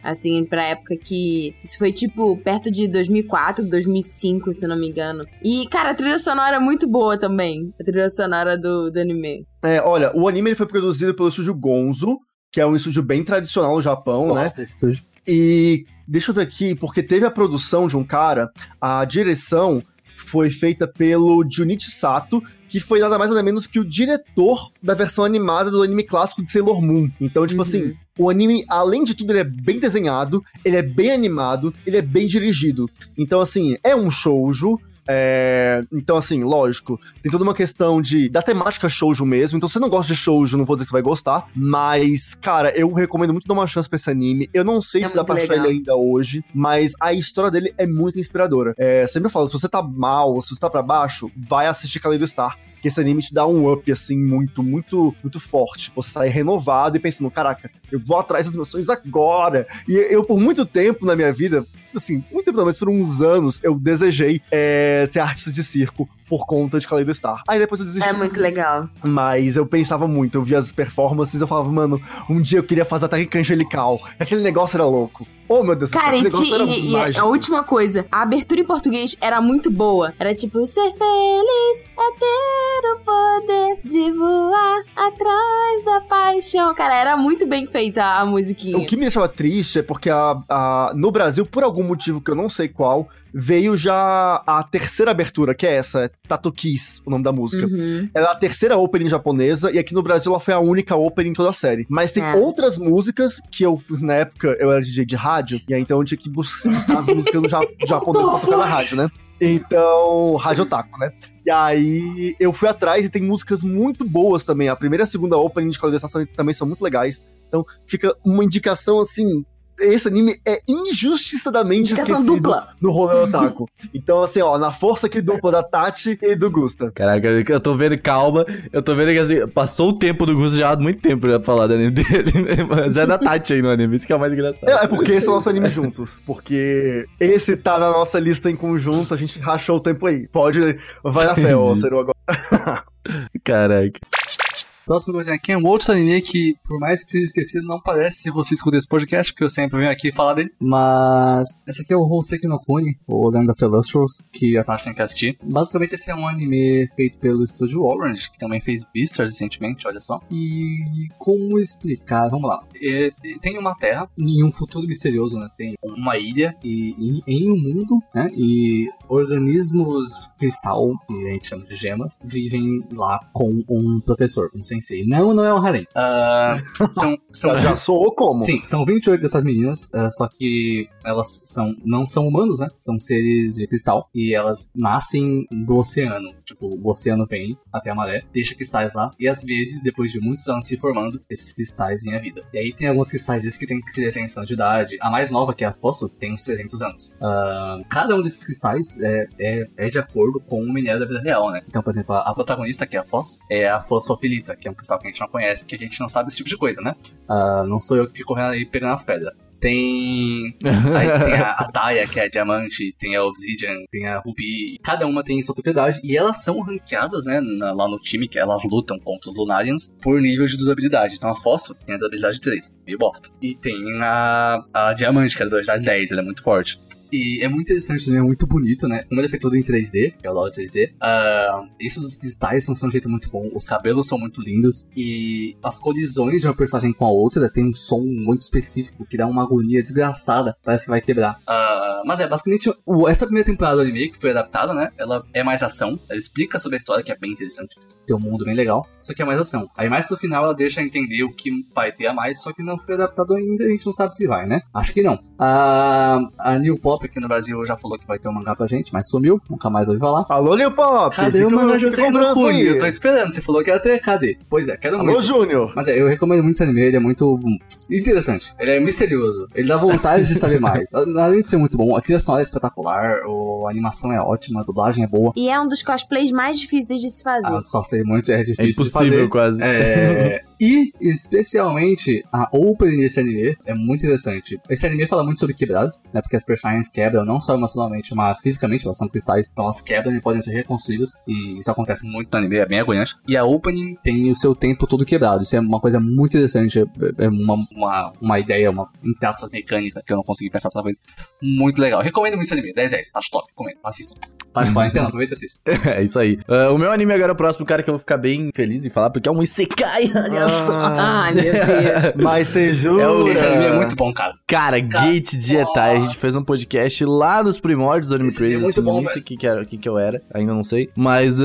Assim, pra época que... Isso foi, tipo, perto de dois mil e quatro, dois mil e cinco, se não me engano. E, cara, a trilha sonora é muito boa também. A trilha sonora do, do anime.
É, olha, o anime ele foi produzido pelo estúdio Gonzo, que é um estúdio bem tradicional no Japão,
Gosto
né?
desse estúdio.
E deixa eu ver aqui, porque teve a produção de um cara, a direção foi feita pelo Junichi Sato, que foi nada mais nada menos que o diretor da versão animada do anime clássico de Sailor Moon. Então, tipo uhum. assim, o anime, além de tudo, ele é bem desenhado, ele é bem animado, ele é bem dirigido. Então, assim, é um shoujo. É... Então, assim, lógico, tem toda uma questão de da temática shoujo mesmo. Então, se você não gosta de shoujo, não vou dizer que você vai gostar. Mas, cara, eu recomendo muito dar uma chance pra esse anime. Eu não sei é se dá pra achar ele ainda hoje, mas a história dele é muito inspiradora. É, sempre falo, se você tá mal, se você tá pra baixo, vai assistir Kaleido Star. Que esse anime te dá um up, assim, muito, muito, muito forte. Você sai renovado e pensando, caraca, eu vou atrás dos meus sonhos agora. E eu, por muito tempo na minha vida, assim, muito tempo não, mas por uns anos, eu desejei é, ser artista de circo por conta de Kaleido Star. Aí depois eu desisti.
É muito legal.
Mas eu pensava muito, eu via as performances, eu falava, mano, um dia eu queria fazer a técnica angelical. Aquele negócio era louco. Oh, meu Deus do céu, aquele negócio era
e, e a última coisa, a abertura em português era muito boa. Era tipo, ser feliz é ter o poder de voar atrás da paixão. Cara, era muito bem feita a musiquinha.
O que me deixava triste é porque a, a, no Brasil, por algum motivo que eu não sei qual, veio já a terceira abertura, que é essa, é Tattoo Kiss, o nome da música. Uhum. Ela é a terceira opening japonesa, e aqui no Brasil ela foi a única opening em toda a série. Mas tem é. outras músicas que eu, na época, eu era D J de rádio, e aí então eu tinha que buscar as músicas no ja- japonês pra tocar na rádio, né? Então, rádio otaku, né? E aí eu fui atrás e tem músicas muito boas também. A primeira e a segunda opening de Kaleido Star também são muito legais. Então fica uma indicação assim... Esse anime é injustiçadamente indicação esquecido dupla. No rolê otaku. Então, assim, ó, na força que dupla da Tati e do Gusta.
Caraca, eu tô vendo, calma, eu tô vendo que assim, passou o tempo do Gusta já há muito tempo pra falar do anime dele, mas é da Tati aí no anime, isso que é o mais engraçado.
É, é porque esse é o nosso anime juntos, porque esse tá na nossa lista em conjunto, a gente rachou o tempo aí. Pode, vai na fé, ó, Seru agora.
Caraca.
Próximo aqui é um outro anime que, por mais que seja esquecido, não parece se você escuta esse podcast, porque eu sempre venho aqui falar dele. Mas esse aqui é o Houseki no Kuni, o Land of the Lustrous, que a Tati tem que assistir. Basicamente esse é um anime feito pelo estúdio Orange, que também fez Beastars recentemente, olha só. E como explicar? Vamos lá. É, tem uma terra em um futuro misterioso, né? Tem uma ilha e, em, em um mundo, né? E organismos de cristal, que a gente chama de gemas, vivem lá com um professor, um sensei. Não, não é um harem. Uh, são, são,
já soou como?
Sim, são vinte e oito dessas meninas, uh, só que elas são, não são humanos, né? São seres de cristal e elas nascem do oceano. Tipo, o oceano vem até a maré, deixa cristais lá e às vezes, depois de muitos anos se formando, esses cristais vêm à vida. E aí tem alguns cristais esses que tem trezentos anos de idade. A mais nova, que é a Fosso, tem uns trezentos anos. Uh, cada um desses cristais é, é, é de acordo com o minério da vida real, né? Então, por exemplo, a, a protagonista, que é a Fosso, é a fosfofilita, que é um cristal que a gente não conhece, que a gente não sabe esse tipo de coisa, né? Uh, não sou eu que fico correndo aí pegando as pedras. Tem, aí tem a, a Daya, que é a diamante, tem a Obsidian, tem a Ruby. Cada uma tem sua propriedade e elas são ranqueadas, né, na, lá no time, que elas lutam contra os Lunarians por nível de durabilidade. Então a Fósforo tem a durabilidade três, meio bosta. E tem a, a diamante, que é a durabilidade dez, ela é muito forte. E é muito interessante, né? É muito bonito, né? Como ele foi todo em três D, que é o L O L três D. Uh, isso dos cristais funciona de um jeito muito bom. Os cabelos são muito lindos. E as colisões de uma personagem com a outra tem um som muito específico que dá uma agonia desgraçada. Parece que vai quebrar. Uh, mas é, basicamente, essa primeira temporada do anime, que foi adaptada, né? Ela é mais ação. Ela explica sobre a história, que é bem interessante. Tem um mundo bem legal. Só que é mais ação. Aí mais no final ela deixa entender o que vai ter a mais. Só que não foi adaptado ainda. A gente não sabe se vai, né? Acho que não. Uh, a New Pop aqui no Brasil já falou que vai ter um mangá pra gente, mas sumiu, nunca mais ouvi falar.
Alô, New Pop!
Cadê o mangá de Houseki no Kuni? Eu tô esperando, você falou que ia ter, cadê? Pois é, quero
Alô,
muito.
Alô, Júnior!
Mas é, eu recomendo muito esse anime, ele é muito interessante, ele é misterioso, ele dá vontade de saber mais. Além de ser muito bom, a trilha sonora é espetacular, a animação é ótima, a dublagem é boa.
E é um dos cosplays mais difíceis de se fazer.
Ah, os cosplays muito é difícil
é impossível,
de fazer.
Quase.
É... E, especialmente, a opening desse anime é muito interessante. Esse anime fala muito sobre quebrado, né? Porque as personagens quebram não só emocionalmente, mas fisicamente, elas são cristais. Então elas quebram e podem ser reconstruídas. E isso acontece muito no anime, é bem agoniante. E a opening tem o seu tempo todo quebrado. Isso é uma coisa muito interessante. É uma, uma, uma ideia, uma, entre aspas, mecânica, que eu não consegui pensar outra vez. Muito legal. Recomendo muito esse anime. dez dez. Acho top. Recomendo. Assistam. Tá de quarentena, aproveita e assiste.
É isso aí. Uh, o meu anime agora é o próximo, cara, que eu vou ficar bem feliz em falar, porque é um Isekai, olha só.
Ah, meu Deus.
Mas você jura?
É o... Esse anime é muito bom, cara.
Cara, cara Gate de Etai. A gente fez um podcast lá nos primórdios do Anime Crazy.
É muito bom,
não sei o que, que, era, que, que eu era, ainda não sei. Mas uh...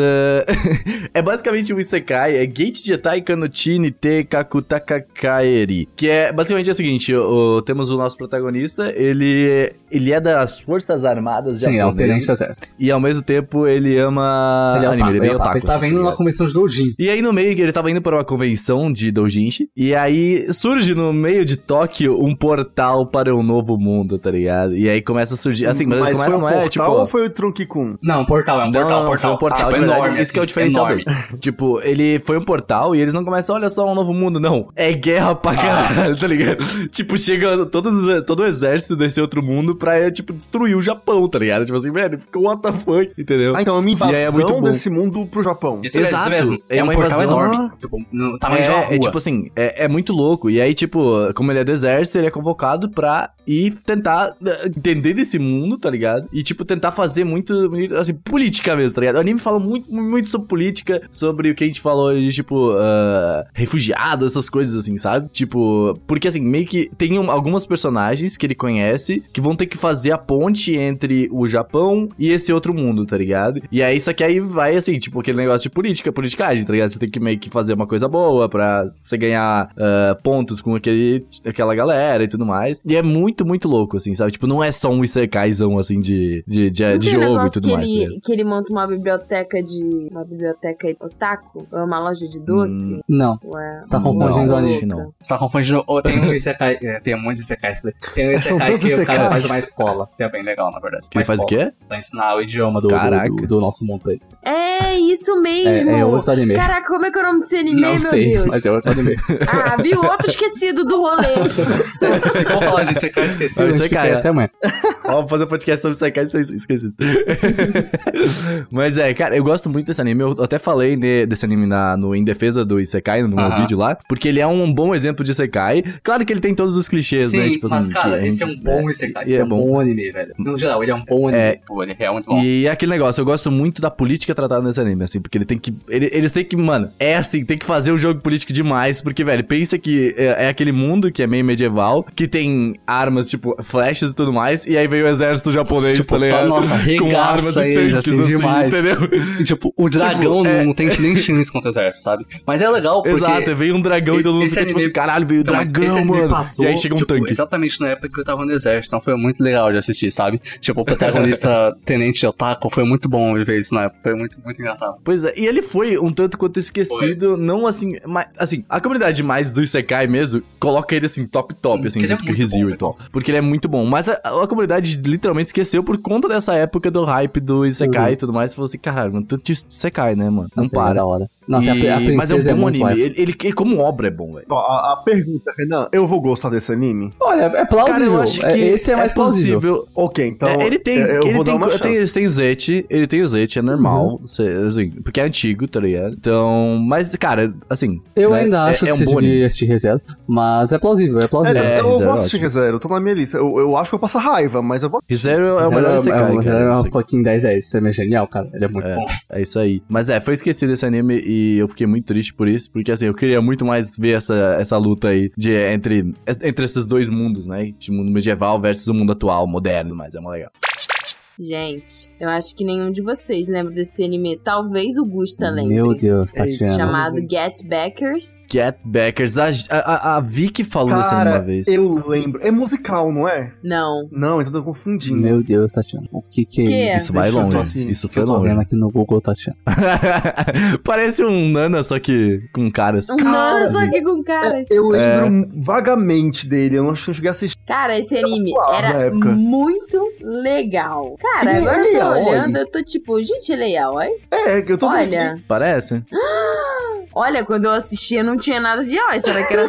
é basicamente um Isekai. É Gate de Etai Kanochini Te Kakutakakaeri. Que é basicamente o seguinte: o, o, temos o nosso protagonista, ele, ele é das Forças Armadas
Sim, é um tenente do exército.
E ao mesmo tempo ele ama
ele é
anime.
Otaku, ele, é otaku, ele tá
assim,
vendo numa convenção de doujin.
E aí no meio, ele tava indo pra uma convenção de doujinshi. E aí surge no meio de Tóquio um portal para um novo mundo, tá ligado? E aí começa a surgir... Assim, mas, mas começa,
foi um
não
portal
é tipo...
ou foi o Trunky-kun?
Não, portal, é um portal,
não,
portal.
Foi um portal,
ah,
de verdade.
enorme,
Esse
assim,
que é o diferencial
enorme.
dele. Tipo, ele foi um portal e eles não começam, olha só, um novo mundo, não. É guerra pra caralho, ah. tá ligado? Tipo, chega todos, todo o exército desse outro mundo pra, tipo, destruir o Japão, tá ligado? Tipo assim, velho, fica what the fuck, entendeu?
Ah, então é uma invasão é muito desse mundo pro Japão.
Isso Exato. mesmo. É, é um portal invasão. enorme. Tipo, no tamanho
é,
de uma rua.
É tipo assim, é, é muito louco. E aí, tipo, como ele é do exército, ele é convocado pra ir tentar entender desse mundo, tá ligado? E, tipo, tentar fazer muito, muito assim, política mesmo, tá ligado? O anime fala muito, muito sobre política, sobre o que a gente falou de, tipo, uh, refugiado, essas coisas assim, sabe? Tipo, porque assim, meio que tem um, algumas personagens que ele conhece que vão ter que fazer a ponte entre o Japão e esse outro mundo, tá ligado? E aí, só que aí vai assim, tipo, aquele negócio de política, politicagem, tá ligado? Você tem que meio que fazer uma coisa boa pra você ganhar uh, pontos com aquele, aquela galera e tudo mais. E é muito, muito louco, assim, sabe? Tipo, não é só um isekaizão, assim, de, de, de, de jogo e tudo
que
mais.
Ele, que ele monta uma biblioteca de... Uma biblioteca otaku? Ou uma loja de doce?
Hum, não.
Ué.
Você tá confundindo o anime.
Não.
Você tá confundindo... Oh, tem um isekai... É, tem muitos isekais. Tem um isekai que o cara faz uma escola. Que é bem legal, na verdade.
Que ele faz o quê?
Pra ensinar o idioma do, do, do, do nosso mundo.
É isso mesmo.
É, é outro anime.
Caraca, como é que é o nome desse anime,
não
meu
sei,
Deus?
Mas é outro anime.
Ah, viu? Outro esquecido do rolê.
Se for falar de isekai esquecido, a gente fica até amanhã.
Vamos fazer um podcast sobre isekai esquecido. Mas é, cara, eu gosto muito desse anime. Eu até falei de, desse anime na, no Em Defesa do Isekai, no meu uh-huh. vídeo lá. Porque ele é um bom exemplo de Isekai. Claro que ele tem todos os clichês,
Sim,
né? Tipo,
mas
assim,
cara, esse
gente,
é um bom
é,
Isekai. É um bom. bom anime, velho. No geral, ele é um bom anime.
É,
Pô, ele é realmente bom.
E é aquele negócio, eu gosto muito da política tratada nesse anime, assim. Porque ele tem que... Ele, eles têm que, mano, é assim, tem que fazer o jogo político demais. Porque, velho, pensa que é, é aquele mundo que é meio medieval, que tem armas, tipo, flechas e tudo mais. E aí vem o exército japonês,
tipo,
tá ligado?
Nossa, com armas e tanques, assim, assim, demais. Entendeu? E, tipo, o dragão tipo, é... não tem nem chance contra o exército, sabe? Mas é legal porque...
Exato, veio um dragão e todo mundo fica tipo assim, caralho, veio o então, dragão, mano. Passou, e aí chega um
tipo,
tanque.
Exatamente na época que eu tava no exército, então foi muito legal de assistir, sabe? Tipo, o protagonista tenente otaku, foi muito bom de ver isso na época, foi muito, muito engraçado.
Pois é, e ele foi um tanto quanto esquecido, foi. não assim, mas, assim, a comunidade mais do Isekai mesmo, coloca ele assim, top top, assim, junto com o Rizio e tal. Porque ele é muito bom, mas a, a comunidade literalmente esqueceu por conta dessa época do hype do Isekai uhum. e tudo mais, falou assim, caralho, mano, tanto Isekai, né, mano? Não Nossa, para. É da hora.
Nossa, e... a, a princesa mas é, um bom é muito anime.
Ele, ele, ele, como obra, é bom, velho.
A, a pergunta, Renan, eu vou gostar desse anime?
Olha, é plausível. Cara, eu acho que esse é mais é plausível.
Ok, então...
É, ele tem... Eu ele vou tem, dar uma tem, ele tem Zete, ele tem o Zete, é normal, uhum. cê, assim, porque é antigo, tá ligado? Então, mas, cara, assim...
Eu
né,
ainda acho
é,
que
é um
você devia assistir ReZero, mas é plausível, é plausível.
É,
é,
eu
ReZero
vou assistir ReZero, tô na minha lista. Eu, eu acho que eu passo raiva, mas eu vou...
ReZero é o melhor Isekai,
cara. É uma fucking dez dez, isso é genial, cara, ele é muito
é,
bom.
É isso aí. Mas é, foi esquecido esse anime e eu fiquei muito triste por isso, porque assim, eu queria muito mais ver essa, essa luta aí de, entre, entre esses dois mundos, né? De mundo medieval versus o mundo atual, moderno, mas é uma legal.
Gente, eu acho que nenhum de vocês lembra desse anime. Talvez o Gusta lembre.
Meu Deus, Tatiana.
Chamado Get Backers.
Get Backers. A, a, a Vicky falou
Cara,
desse anime uma vez.
eu lembro. É musical, não é?
Não.
Não, então eu tô confundindo.
Meu Deus, Tatiana. O que que é
que
isso?
É?
Isso vai longe. Assim, isso foi
eu tô
longe.
vendo aqui no Google, Tatiana.
Parece um Nana, só que com caras.
Um Nana, só que com caras.
Eu lembro é. vagamente dele. Eu não acho que eu cheguei a assistir.
Cara, esse anime era muito legal. Cara, agora eu tô olhando, eu tô tipo, gente, ele é yaoi?
É, que eu tô
Olha.
Parece.
Olha, quando eu assistia não tinha nada de ó, será que era...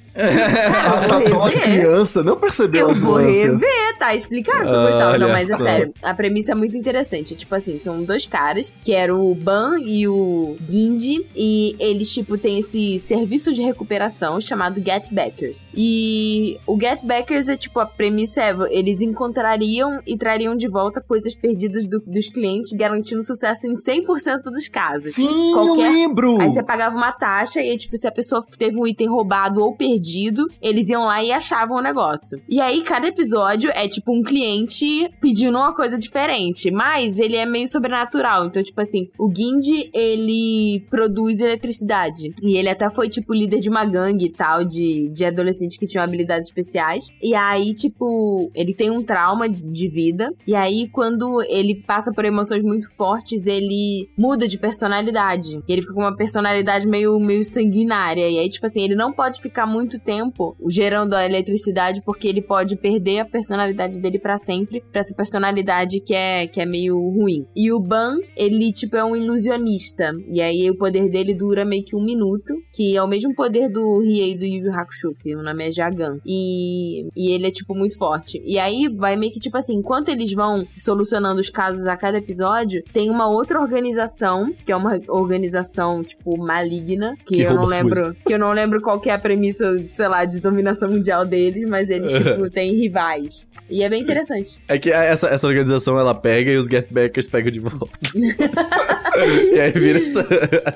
A criança não percebeu as
nuances. Eu vou rever, tá? Explicaram que eu gostava. Não, mas é sério. A premissa é muito interessante. Tipo assim, são dois caras, que eram o Ban e o Gindy, e eles, tipo, têm esse serviço de recuperação chamado Get Backers. E o Get Backers é, tipo, a premissa é, eles encontrariam e trariam de volta coisas perdidas do, dos clientes, garantindo sucesso em cem por cento dos casos.
Sim, Qualquer... eu lembro!
Aí você pagava uma taxa e, tipo, se a pessoa teve um item roubado ou perdido, eles iam lá e achavam o negócio. E aí, cada episódio é, tipo, um cliente pedindo uma coisa diferente. Mas ele é meio sobrenatural. Então, tipo assim, o Gindy, ele produz eletricidade. E ele até foi, tipo, líder de uma gangue e tal, de, de adolescentes que tinham habilidades especiais. E aí, tipo, ele tem um trauma de vida. E aí, quando ele passa por emoções muito fortes, ele muda de personalidade. E ele fica com uma personalidade meio, meio sanguinária. E aí, tipo assim, ele não pode ficar muito tempo gerando a eletricidade, porque ele pode perder a personalidade dele pra sempre, pra essa personalidade que é, que é meio ruim. E o Ban, ele, tipo, é um ilusionista. E aí o poder dele dura meio que um minuto, que é o mesmo poder do Riei do Yu Yu Hakusho, que o nome é Jagan. E, e ele é, tipo, muito forte. E aí vai meio que, tipo assim, enquanto eles vão solucionando os casos a cada episódio, tem uma outra organização, que é uma organização, tipo, maligna, que, que eu não lembro, que eu não lembro qual que é a premissa, sei lá, de dominação mundial deles, mas eles, tipo, têm rivais. E é bem interessante.
É que essa, essa organização, ela pega e os Get Backers pegam de volta. E aí vira essa...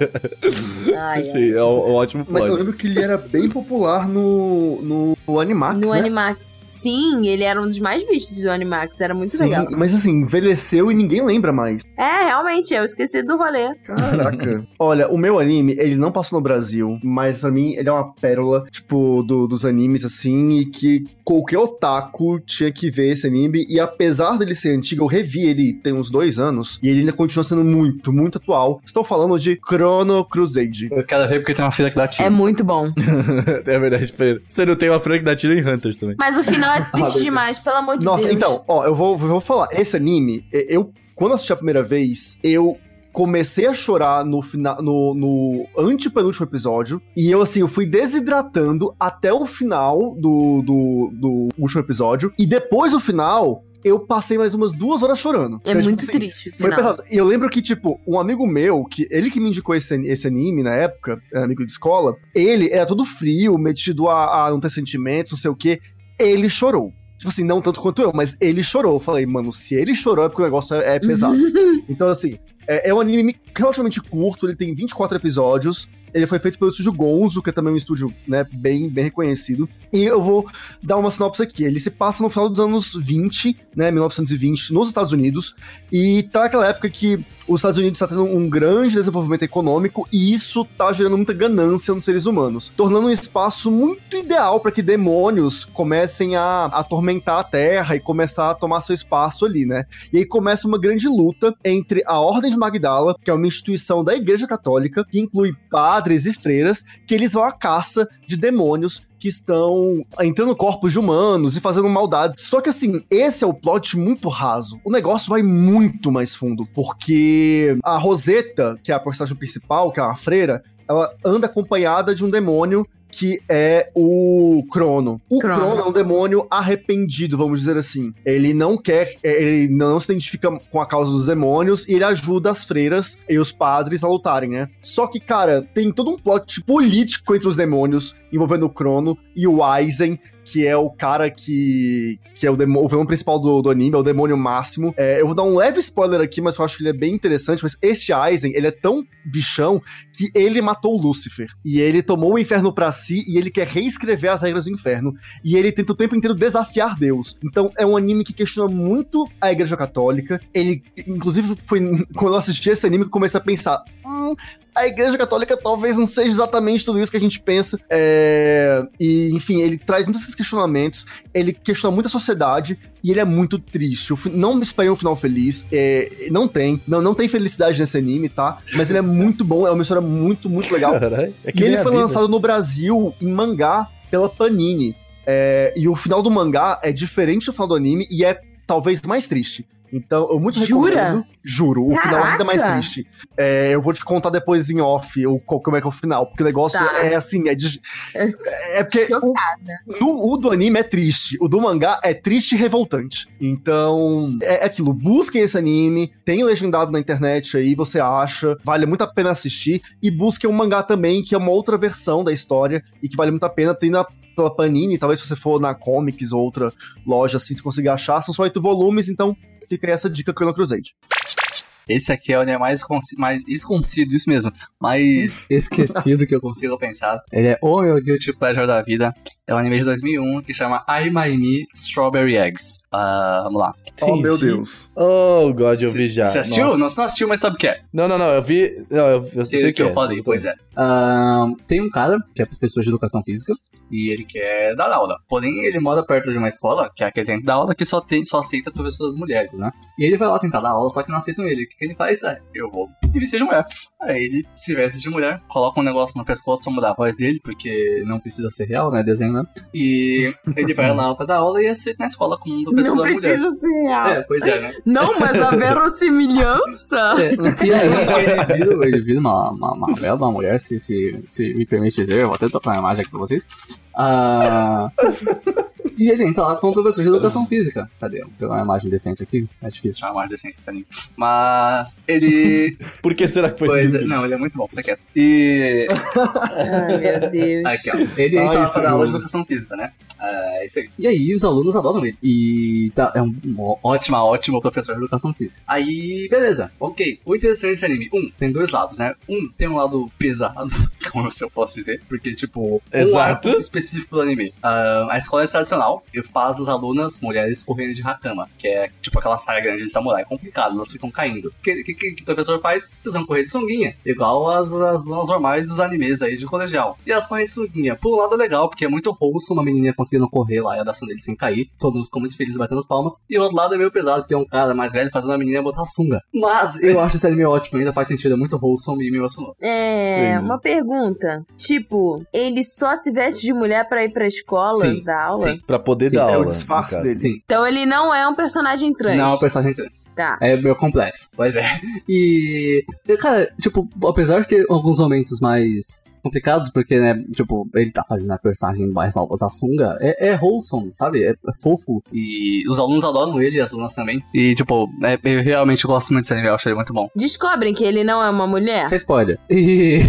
Ai,
Sim, é um, um ótimo plot.
Mas eu lembro que ele era bem popular no, no, no Animax,
No
né?
Animax. Sim, ele era um dos mais vistos do Animax, era muito
Sim,
legal.
Mas assim, envelheceu e ninguém lembra mais.
É, realmente, eu esqueci do rolê.
Caraca. Olha, o meu anime, ele não passou no Brasil, mas pra mim ele é uma pérola, tipo, do, dos animes, assim, e que qualquer otaku tinha que ver esse anime, e apesar dele ser antigo, eu revi ele tem uns dois anos, e ele ainda continua sendo muito, muito atual. Estou falando de Chrono Crusade.
Eu quero ver porque tem uma fila que dá tiro.
É muito bom.
É verdade, Pedro. Você não tem uma fila que dá tiro em Hunters também.
Mas o final é triste ah, demais, pelo amor de
Nossa,
Deus.
Nossa, então, ó, eu vou, vou falar. Esse anime, eu, quando assisti a primeira vez, eu comecei a chorar no final, no, no antepenúltimo episódio, e eu, assim, eu fui desidratando até o final do, do, do último episódio, e depois do final, eu passei mais umas duas horas chorando.
É então, muito tipo, assim, triste.
Foi pesado. E eu lembro que, tipo, um amigo meu, que ele que me indicou esse, esse anime na época, amigo de escola, ele era todo frio, metido a, a não ter sentimentos, não sei o quê, ele chorou. Tipo assim, não tanto quanto eu, mas ele chorou. Eu falei, mano, se ele chorou é porque o negócio é, é pesado. Então, assim, é, é um anime relativamente curto, ele tem vinte e quatro episódios. Ele foi feito pelo estúdio Gonzo, que é também um estúdio, né, bem, bem reconhecido. E eu vou dar uma sinopse aqui. Ele se passa no final dos anos vinte, né, mil novecentos e vinte, nos Estados Unidos. E tá naquela época que os Estados Unidos está tendo um grande desenvolvimento econômico e isso tá gerando muita ganância nos seres humanos, tornando um espaço muito ideal para que demônios comecem a atormentar a Terra e começar a tomar seu espaço ali, né? E aí começa uma grande luta entre a Ordem de Magdala, que é uma instituição da Igreja Católica, que inclui padres e freiras, que eles vão à caça de demônios que estão entrando corpos de humanos e fazendo maldades. Só que, assim, esse é o plot muito raso. O negócio vai muito mais fundo, porque a Rosetta, que é a personagem principal, que é uma freira, ela anda acompanhada de um demônio que é o Crono. O Crono. Crono é um demônio arrependido, vamos dizer assim. Ele não quer, ele não se identifica com a causa dos demônios e ele ajuda as freiras e os padres a lutarem, né? Só que, cara, tem todo um plot político entre os demônios envolvendo o Crono e o Aizen, que é o cara que, que é o, demo, o vilão principal do, do anime, é o demônio máximo. É, eu vou dar um leve spoiler aqui, mas eu acho que ele é bem interessante, mas esse Aizen, ele é tão bichão que ele matou o Lúcifer. E ele tomou o inferno pra si e ele quer reescrever as regras do inferno. E ele tenta o tempo inteiro desafiar Deus. Então é um anime que questiona muito a Igreja Católica. Ele, inclusive, foi quando eu assisti esse anime que eu comecei a pensar... Hum, a Igreja Católica talvez não seja exatamente tudo isso que a gente pensa. É... E, enfim, ele traz muitos esses questionamentos, ele questiona muito a sociedade e ele é muito triste. Não me esperei um final feliz, é... não tem, não, não tem felicidade nesse anime, tá? Mas ele é muito bom, é uma história muito, muito legal. Carai, é que e ele foi vida. lançado no Brasil em mangá pela Panini. É... E o final do mangá é diferente do final do anime e é talvez mais triste. Então, eu muito
Jura?
recomendo. Juro, o
Caraca.
final é ainda mais triste. É, eu vou te contar depois em off o, como é que é o final, porque o negócio
Tá.
é assim, é de... É porque o, no, o do anime é triste, o do mangá é triste e revoltante. Então, é, é aquilo, busquem esse anime, tem legendado na internet aí, você acha, vale muito a pena assistir, e busquem um mangá também, que é uma outra versão da história, e que vale muito a pena, tem na pela Panini, talvez se você for na Comics ou outra loja assim, você conseguir achar, são só oito volumes, então fica aí essa dica Chrono Crusade.
Esse aqui é o anime mais, mais escondido, isso mesmo, mais esquecido que eu consigo pensar. Ele é o meu guilty pleasure da vida. É um anime de dois mil e um que chama I, My, Me, Strawberry Eggs. Uh, vamos lá.
Oh, meu Deus.
Oh, God, eu vi já.
Você já assistiu? Nossa. Não, você não assistiu, mas sabe o que é.
Não, não, não, eu vi... Não, eu, eu sei o que,
que
eu
é. falei, pois é. Uh, tem um cara que é professor de educação física e ele quer dar aula. Porém, ele mora perto de uma escola, que é aquele dentro da aula, que só, tem, só aceita professoras mulheres, né? E ele vai lá tentar dar aula, só que não aceitam ele. O que, que ele faz? É, eu vou me vestir de mulher. Aí ele se veste de mulher, coloca um negócio no pescoço pra mudar a voz dele, porque não precisa ser real, né? Desenho, né? E ele vai lá pra dar aula e aceita na escola como uma professora mulher.
Não precisa ser real.
É, pois é, né?
Não, mas a verossimilhança...
É. E aí ele vira, ele vira uma, uma, uma bela uma mulher, se, se, se me permite dizer. Eu vou até tocar uma imagem aqui pra vocês. Ah... E ele entra lá como professor de educação física. Cadê? Vou pegar uma imagem decente aqui. É difícil chamar uma imagem decente pra mim. Mas ele...
Por que será que foi
pois é, não, ele é muito bom, fica quieto. E...
Ai, meu Deus.
Aqui, ó. Ele entra lá pra dar aula de educação física, né? É isso aí. E aí os alunos adoram ele. E tá, é um, um ótima, ótimo professor de educação física. Aí, beleza. Ok. O interessante desse anime, um, tem dois lados, né? Um, tem um lado pesado, como eu posso dizer. Porque, tipo,
exato,
um arco específico do anime. Uh, a escola é tradicional e faz as alunas mulheres correndo de hakama, que é tipo aquela saia grande de samurai. É complicado, elas ficam caindo. O que, que, que o professor faz? Eles vão correr de sunguinha, igual as, as alunas normais dos animes aí de colegial. E elas correm de sunguinha. Por um lado é legal, porque é muito rosto uma menininha conseguindo correr lá e a dação dele sem cair. Todo mundo ficou muito feliz batendo as palmas. E o outro lado é meio pesado, porque é um cara mais velho fazendo a menina botar a sunga. Mas eu acho esse anime ótimo, ainda faz sentido, é muito wholesome e me emocionou.
É, uma pergunta. Tipo, ele só se veste de mulher pra ir pra escola,
sim,
dar aula?
Sim.
Pra poder
sim,
dar
é
aula.
o disfarce dele.
Sim.
Então ele não é um personagem trans.
Não é um personagem trans.
Tá.
É meio complexo, pois é. E, cara, tipo, apesar de ter alguns momentos mais complicados, porque, né, tipo, ele tá fazendo a personagem mais nova da sunga, é, é wholesome, sabe? É, é fofo. E os alunos adoram ele, e as alunas também. E, tipo, é, eu realmente gosto muito desse anime, eu acho ele muito bom.
Descobrem que ele não é uma mulher?
Isso é spoiler. E...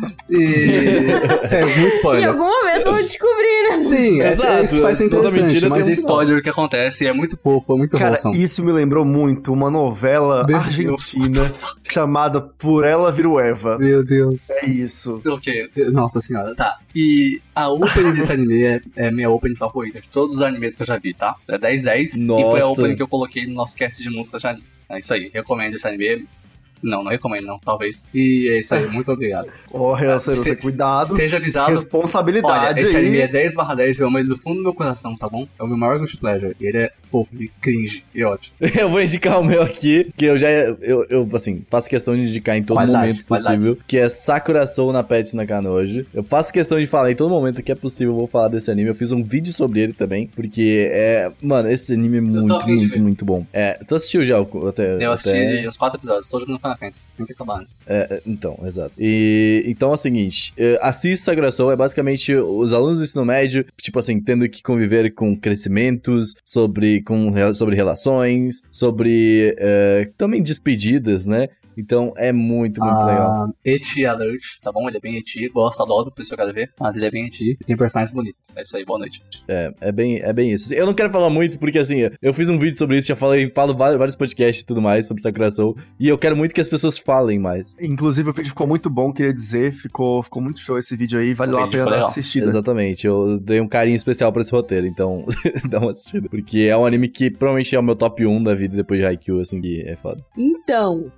e... Sério, muito spoiler.
Em algum momento eu vou descobrir, né?
Sim, é, é isso que faz ser interessante, mas é
um
spoiler o que acontece, é muito fofo, é muito
Cara,
wholesome.
isso me lembrou muito uma novela
Meu
argentina
Deus.
chamada Por Ela Viro Eva.
Meu Deus.
É isso.
Ok, nossa senhora, tá. E a opening desse anime é, é minha opening favorita de todos os animes que eu já vi, tá? É dez dez e foi a opening que eu coloquei no nosso cast de músicas de animes. É isso aí, recomendo esse anime. Não, não recomendo não, talvez. E é isso aí, muito obrigado.
Ô, oh, Se, cuidado.
Seja avisado.
Responsabilidade.
Olha, esse
aí.
anime é dez barra dez, eu amo ele do fundo do meu coração, tá bom? É o meu maior guilty pleasure. Ele é fofo, e cringe, e ótimo.
Eu vou indicar o meu aqui, que eu já, eu, eu assim, faço questão de indicar em todo
qualidade,
momento possível,
qualidade.
que é Sakura Soul na Pet Nakanoji. Eu faço questão de falar em todo momento que é possível, eu vou falar desse anime. Eu fiz um vídeo sobre ele também, porque é, mano, esse anime é muito, muito, muito bom. É, tu assistiu já? Até,
eu assisti
até...
os quatro episódios, tô jogando Final Fantasy, tem que acabar antes.
É, então, exato. E, então é o seguinte, assista Sakura Soul, é basicamente os alunos do ensino médio, tipo assim, tendo que conviver com crescimentos, sobre, com, sobre relações, sobre uh, também despedidas, né? Então é muito, muito
uh,
legal.
Eti Alert, tá bom? Ele é bem eti, gosto, adoro, por isso eu quero ver. Mas ele é bem eti e tem personagens bonitos. É isso aí, boa noite.
É, é bem, é bem isso. Eu não quero falar muito porque, assim, eu fiz um vídeo sobre isso, já falei, falo vários podcasts e tudo mais sobre Sakura Soul, e eu quero muito que as pessoas falem mais.
Inclusive o vídeo ficou muito bom, queria dizer, ficou, ficou muito show esse vídeo aí, vale lá a pena dar uma assistida.
Exatamente, eu dei um carinho especial pra esse roteiro, então dá uma assistida. Porque é um anime que provavelmente é o meu top um da vida depois de Haikyuu, assim, que é foda.
Então, é o seguinte.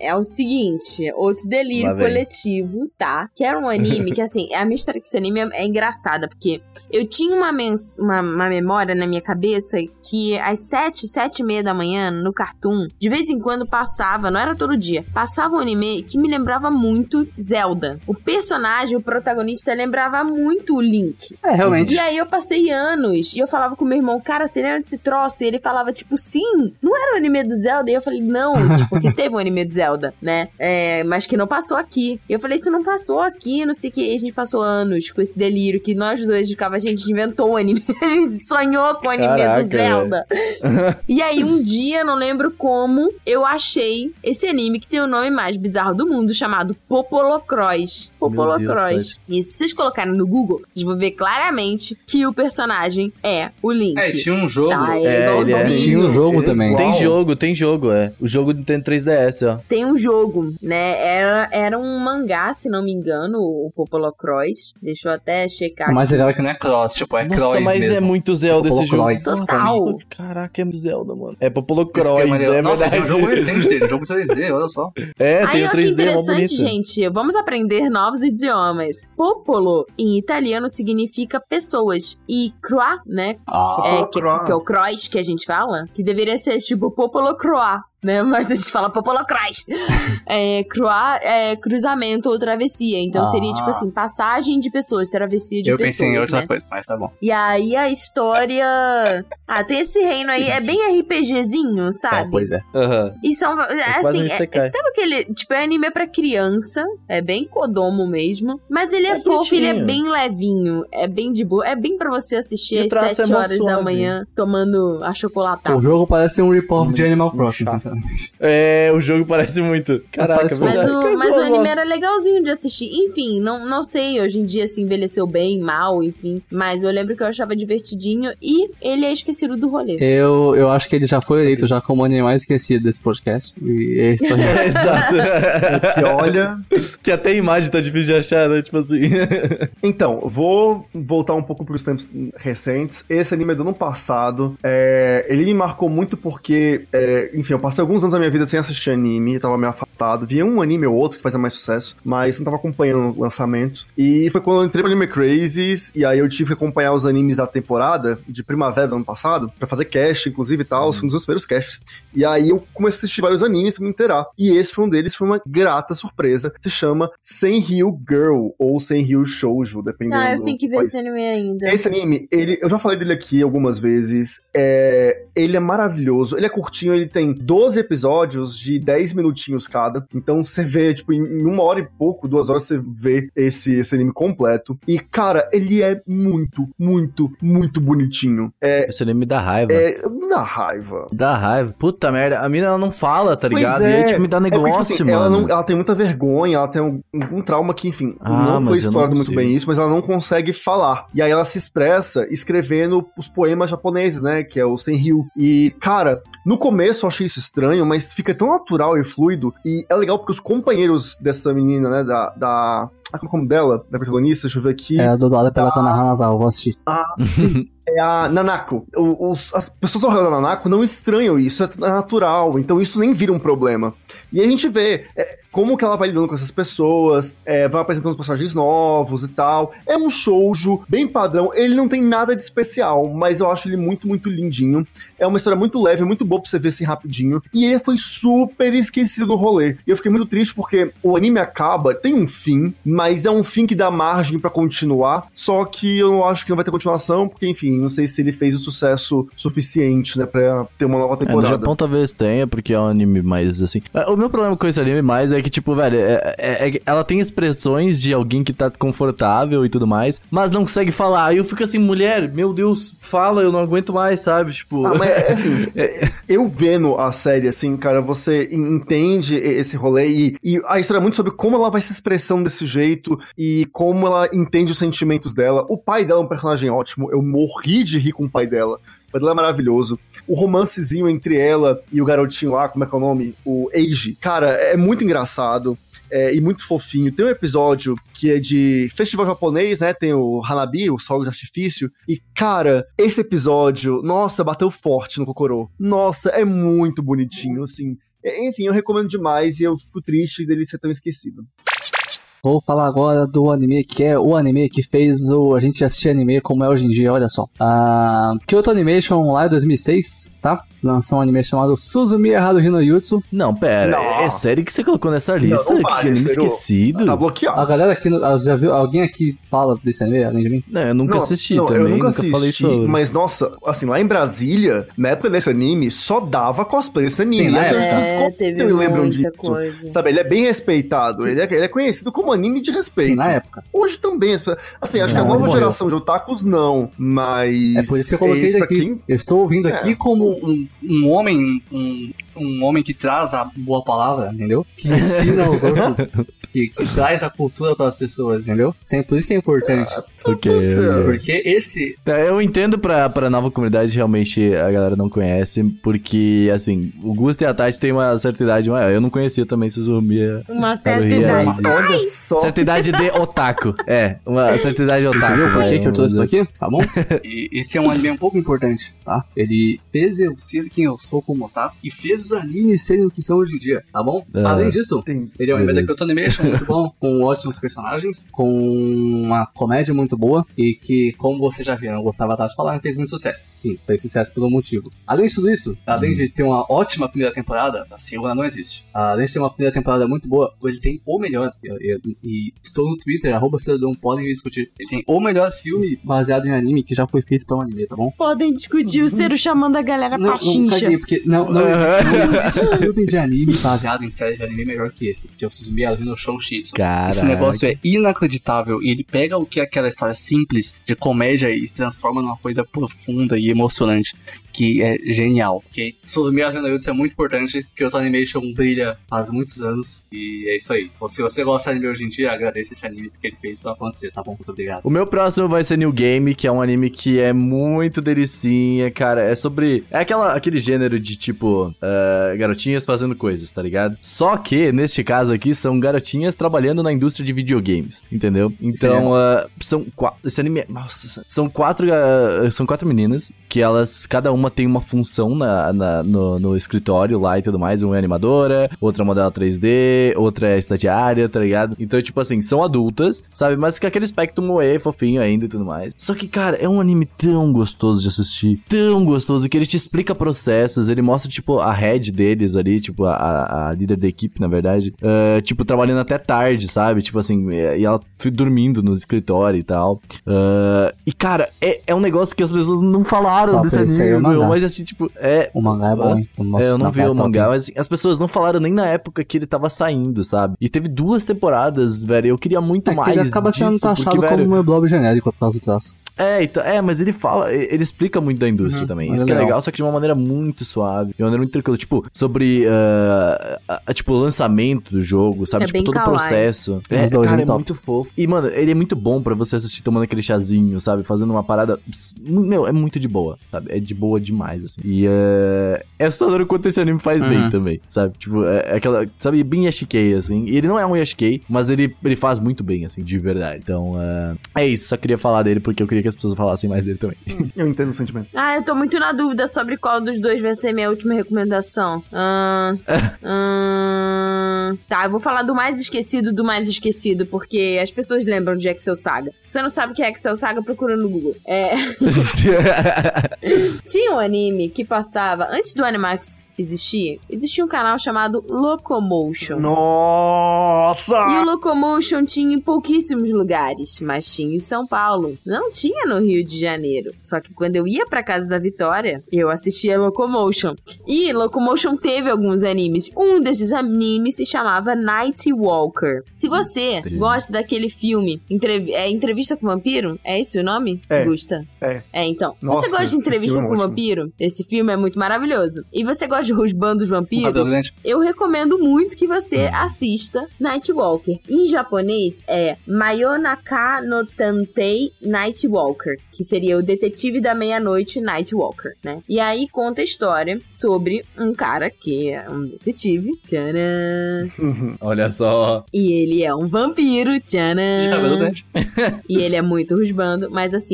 seguinte, outro delírio coletivo, tá? Que era um anime que, assim, a minha história com esse anime é, é engraçada, porque eu tinha uma, mens- uma, uma memória na minha cabeça que às sete, sete e meia da manhã, no Cartoon, de vez em quando passava, não era todo dia, passava um anime que me lembrava muito Zelda. O personagem, o protagonista, lembrava muito o Link.
É, realmente.
E aí eu passei anos, e eu falava com meu irmão, cara, você lembra desse troço? E ele falava, tipo, sim, não era o anime do Zelda? E eu falei, não, tipo, porque teve um anime do Zelda, né? É, mas que não passou aqui. E eu falei, isso não passou aqui, não sei o que. E a gente passou anos com esse delírio, que nós dois ficava, a gente inventou um anime, a gente sonhou com o anime Caraca, do Zelda. E aí um dia, não lembro como, eu achei esse anime que tem o nome mais bizarro do mundo, chamado Popolocross. Popolocross. E se vocês colocarem no Google, vocês vão ver claramente que o personagem é o Link.
É, tinha um jogo.
Tá, é,
é, ele é.
Tinha um jogo também.
Tem jogo, tem jogo, é. O jogo tem três D S, ó.
Tem um jogo, né? Era, era um mangá, se não me engano, o Popolocross. Deixa eu até checar.
O mais legal é que não é cross, tipo, é
Nossa,
cross
mas
mesmo.
é muito Zelda esse jogo.
Total.
Caraca, é muito Zelda, mano. É Popolocross,
é,
é
Nossa,
verdade.
tem um jogo recente dele, um jogo três D, olha só.
É, tem
Aí,
o três D,
que
é mó
interessante,
bonito.
gente. Vamos aprender novos idiomas. Popolo, em italiano, significa pessoas. E croix, né?
Ah,
é, que, que é o cross que a gente fala, que deveria ser tipo popolo croix, né? Mas a gente fala popolocross. é, croix é cruzamento ou travessia. Então
ah.
seria tipo assim, passagem de pessoas, travessia de
eu
pessoas.
Eu pensei em outra
né?
coisa, mas tá bom.
E aí a história... ah, tem esse reino aí, é bem RPGzinho, sabe?
É, pois é.
Uhum.
E são, é, assim, é, sabe aquele, tipo, é anime pra criança, é bem Kodomo mesmo, mas ele é, é fofo, ele é bem levinho, é bem de boa, é bem pra você assistir às sete horas da manhã, tomando achocolatado.
O jogo parece um rip-off de Animal Crossing, sinceramente.
É, o jogo parece muito. Caraca,
mas, mas, o, mas o anime era legalzinho de assistir. Enfim, não, não sei, hoje em dia se envelheceu bem, mal, enfim, mas eu lembro que eu achava divertidinho e ele é esquecido do rolê.
Eu, eu acho que ele já foi eleito já como o anime mais esquecido desse podcast. E é isso aí.
É, exato.
E olha...
que até a imagem tá difícil de achar, né? Tipo assim.
Então, vou voltar um pouco pros tempos recentes. Esse anime é do ano passado. É, ele me marcou muito porque, é, enfim, eu passei alguns anos da minha vida sem assistir anime, tava meio afastado. Via um anime ou outro que fazia mais sucesso, mas não tava acompanhando lançamentos. E foi quando eu entrei no Anime Crazes, e aí eu tive que acompanhar os animes da temporada de primavera do ano passado, pra fazer cast, inclusive e tal, foi um dos primeiros casts. E aí eu comecei a assistir vários animes pra me inteirar. E esse foi um deles, foi uma grata surpresa. Se chama Senryu Girl, ou Senryu Shoujo, dependendo.
Ah, eu tenho que ver
país.
esse anime ainda.
Esse anime, ele, eu já falei dele aqui algumas vezes, é, ele é maravilhoso, ele é curtinho, ele tem doze episódios de dez minutinhos cada, então você vê, tipo, em uma hora e pouco, duas horas, você vê esse, esse anime completo. E, cara, ele é muito, muito, muito bonitinho. É,
esse anime dá raiva.
É, me dá raiva.
Dá raiva. Puta merda, a mina ela não fala, tá ligado?
Pois é.
E aí, tipo, me dá negócio,
é porque, assim,
mano.
Ela, não, ela tem muita vergonha, ela tem um, um trauma que, enfim,
ah,
não foi explorado muito bem isso, mas ela não consegue falar. E aí ela se expressa escrevendo os poemas japoneses, né, que é o Senryu. E, cara, no começo eu achei isso estranho, mas fica tão natural e fluido, e é legal porque os companheiros dessa menina, né, da... da... Ah, como é o nome dela? Da protagonista? Deixa eu ver aqui.
É, dublada pela Kana Hanazawa, eu vou assistir.
Ah, é a Nanako. O, os, as pessoas ao redor da Nanako não estranham isso, é natural, então isso nem vira um problema. E a gente vê é, como que ela vai lidando com essas pessoas, é, vai apresentando os personagens novos e tal. É um shoujo bem padrão, ele não tem nada de especial, mas eu acho ele muito, muito lindinho. É uma história muito leve, muito boa pra você ver assim rapidinho. E ele foi super esquecido no rolê. E eu fiquei muito triste porque o anime acaba, tem um fim, mas é um fim que dá margem pra continuar, só que eu acho que não vai ter continuação, porque enfim, não sei se ele fez o sucesso suficiente, né, pra ter uma nova temporada.
É, no Japão talvez tenha, porque é um anime mais assim... O meu problema com esse anime mais é que, tipo, velho, é, é, é, ela tem expressões de alguém que tá confortável e tudo mais, mas não consegue falar. Aí eu fico assim, mulher, meu Deus, fala, eu não aguento mais, sabe? Tipo...
Ah, mas assim, eu vendo a série, assim, cara, você entende esse rolê e, e a história é muito sobre como ela vai se expressando desse jeito e como ela entende os sentimentos dela. O pai dela é um personagem ótimo, eu morri de rir com o pai dela. O pai dela é maravilhoso. O romancezinho entre ela e o garotinho lá, como é que é o nome? O Eiji. Cara, é muito engraçado. É, e muito fofinho. Tem um episódio que é de festival japonês, né? Tem o Hanabi, o fogo de artifício. E, cara, esse episódio, nossa, bateu forte no Kokoro. Nossa, é muito bonitinho, assim. Enfim, eu recomendo demais e eu fico triste dele ser tão esquecido.
Vou falar agora do anime que é o anime que fez o, a gente assistir anime como é hoje em dia, olha só. Uh, Kyoto Animation lá em dois mil e seis, tá? Lançou um anime chamado Suzumiya Haruhi no Yutsu.
Não, pera, não. É sério que você colocou nessa lista? Não, não vale, que anime esquecido?
Tá bloqueado.
A galera aqui, já viu, alguém aqui fala desse anime, além de mim?
Não, eu nunca
não,
assisti
não,
também,
eu nunca,
nunca
assisti,
falei sobre.
Mas, nossa, assim, lá em Brasília, na época desse anime, só dava cosplay desse anime.
Sim, né?
É, teve me lembram disso. Coisa.
Sabe, ele é bem respeitado, ele é, ele é conhecido como anime de respeito.
Sim, na época.
Hoje também, assim, acho não, que a nova geração de otakus não, mas...
É por isso que eu coloquei ele aqui. Quem... Eu estou ouvindo é. aqui como um, um homem... Um, um homem que traz a boa palavra, entendeu? Que ensina aos outros, que, que traz a cultura para as pessoas, entendeu? Sempre, por isso que é importante. Ah,
porque,
porque esse...
Eu entendo pra, pra nova comunidade, realmente a galera não conhece, porque, assim, o Gusto e a Tati tem uma certa idade maior. Eu não conhecia também Suzumiya.
Uma certa idade.
Olha só.
Certa idade de otaku. É, uma certa idade de otaku.
Viu por que que eu trouxe isso aqui? Tá bom? E esse é um anime um pouco importante, tá? Ele fez eu ser quem eu sou como otaku e fez os animes serem o que são hoje em dia, tá bom? Uh, Além disso, tem, ele é um anime da Kyoto Animation muito bom, com ótimos personagens, com uma comédia muito boa e que, como você já viu, eu gostava de falar, fez muito sucesso. Sim, fez sucesso por um motivo. Além de tudo isso, além hum. de ter uma ótima primeira temporada, a segunda não existe. Além de ter uma primeira temporada muito boa, ele tem o melhor, e, e, e estou no Twitter, arroba cidadão, podem discutir. Ele tem o melhor filme baseado em anime que já foi feito pra um anime, tá bom?
Podem discutir, o Ciro chamando a galera pra
chincha. Não, caguei, porque não, não existe, não existe filme de anime baseado em série de anime melhor que esse, que é o Suzumiya Haruhi no Shoushitsu.
Caraca.
Esse negócio é inacreditável e ele pega o que é aquela história simples de comédia e transforma numa coisa profunda e emocionante, que é genial, ok? Suzumiya Haruhi no Yutsu é muito importante, Kyoto Animation brilha faz muitos anos e é isso aí. Se você gosta de anime hoje em dia, agradeça esse anime porque ele fez isso acontecer, tá bom? Muito obrigado.
O meu próximo vai ser New Game, que é um anime que é muito delicinha, cara. É sobre... É aquela, aquele gênero de, tipo, uh, garotinhas fazendo coisas, tá ligado? Só que, neste caso aqui, são garotinhas trabalhando na indústria de videogames, entendeu? Então, uh, são quatro... Esse anime... Nossa, são quatro... Uh, são quatro meninas, que elas... Cada uma tem uma função na, na, no, no escritório lá e tudo mais. Uma é animadora, outra é modelo três D, outra é estagiária, tá ligado? Então, tipo assim, são adultas, sabe? Mas com aquele aspecto moe, fofinho ainda e tudo mais. Só que, cara, é um anime tão gostoso de assistir, tão gostoso, que ele te explica processos, ele mostra, tipo, a head deles ali, tipo, a, a líder da equipe, na verdade, uh, tipo, trabalhando até tarde, sabe? Tipo assim, e ela foi dormindo no escritório e tal. Uh, e, cara, é, é um negócio que as pessoas não falaram top, desse anime, meu, mas assim, tipo, é...
O mangá é bom, hein?
É, eu não vi o mangá, mas assim, as pessoas não falaram nem na época que ele tava saindo, sabe? E teve duas temporadas, velho, eu queria muito
é
mais
ele acaba
disso,
sendo taxado
porque,
como
velho,
um blob genérico por causa do traço.
É, então, é, mas ele fala, ele explica muito da indústria uhum, também. Isso que é legal, só que de uma maneira muito suave, de uma maneira muito tranquila. Tipo, sobre, uh, a, a, tipo, o lançamento do jogo, sabe?
É
tipo, todo o processo. É, é cara, é top. Muito fofo. E, mano, ele é muito bom pra você assistir tomando aquele chazinho, sabe? Fazendo uma parada... Meu, é muito de boa, sabe? É de boa demais, assim. E uh, é assustador o quanto esse anime faz uhum. bem também, sabe? Tipo, é, é aquela... Sabe, bem yashikei, assim. E ele não é um yashikei, mas ele, ele faz muito bem, assim, de verdade. Então, uh, é isso. Só queria falar dele porque eu queria que as pessoas falassem mais dele também.
Eu entendo o sentimento.
Ah, eu tô muito na dúvida sobre qual dos dois vai ser minha última recomendação. Ah, ah, tá, eu vou falar do mais esquecido do mais esquecido, porque as pessoas lembram de Excel Saga. Se você não sabe o que é Excel Saga, procura no Google. É... Tinha um anime que passava, antes do Animax existia, existia um canal chamado Locomotion.
Nossa!
E o Locomotion tinha em pouquíssimos lugares, mas tinha em São Paulo. Não tinha no Rio de Janeiro. Só que quando eu ia pra casa da Vitória, eu assistia Locomotion. E Locomotion teve alguns animes. Um desses animes se chamava Night Walker. Se você Sim. gosta daquele filme, entrev- é Entrevista com o Vampiro? É esse o nome?
É.
Gusta?
É.
É, então.
Nossa,
se você gosta de Entrevista com o
é
Vampiro, esse filme é muito maravilhoso. E você gosta de Rusbando dos Vampiros, eu recomendo muito que você assista Night Walker. Em japonês é Mayonaka no Tantei Night Walker, que seria o detetive da meia-noite Night Walker, né? E aí conta a história sobre um cara que é um detetive, tcharam,
olha só,
e ele é um vampiro, tcharam, e ele é muito rusbando, mas assim,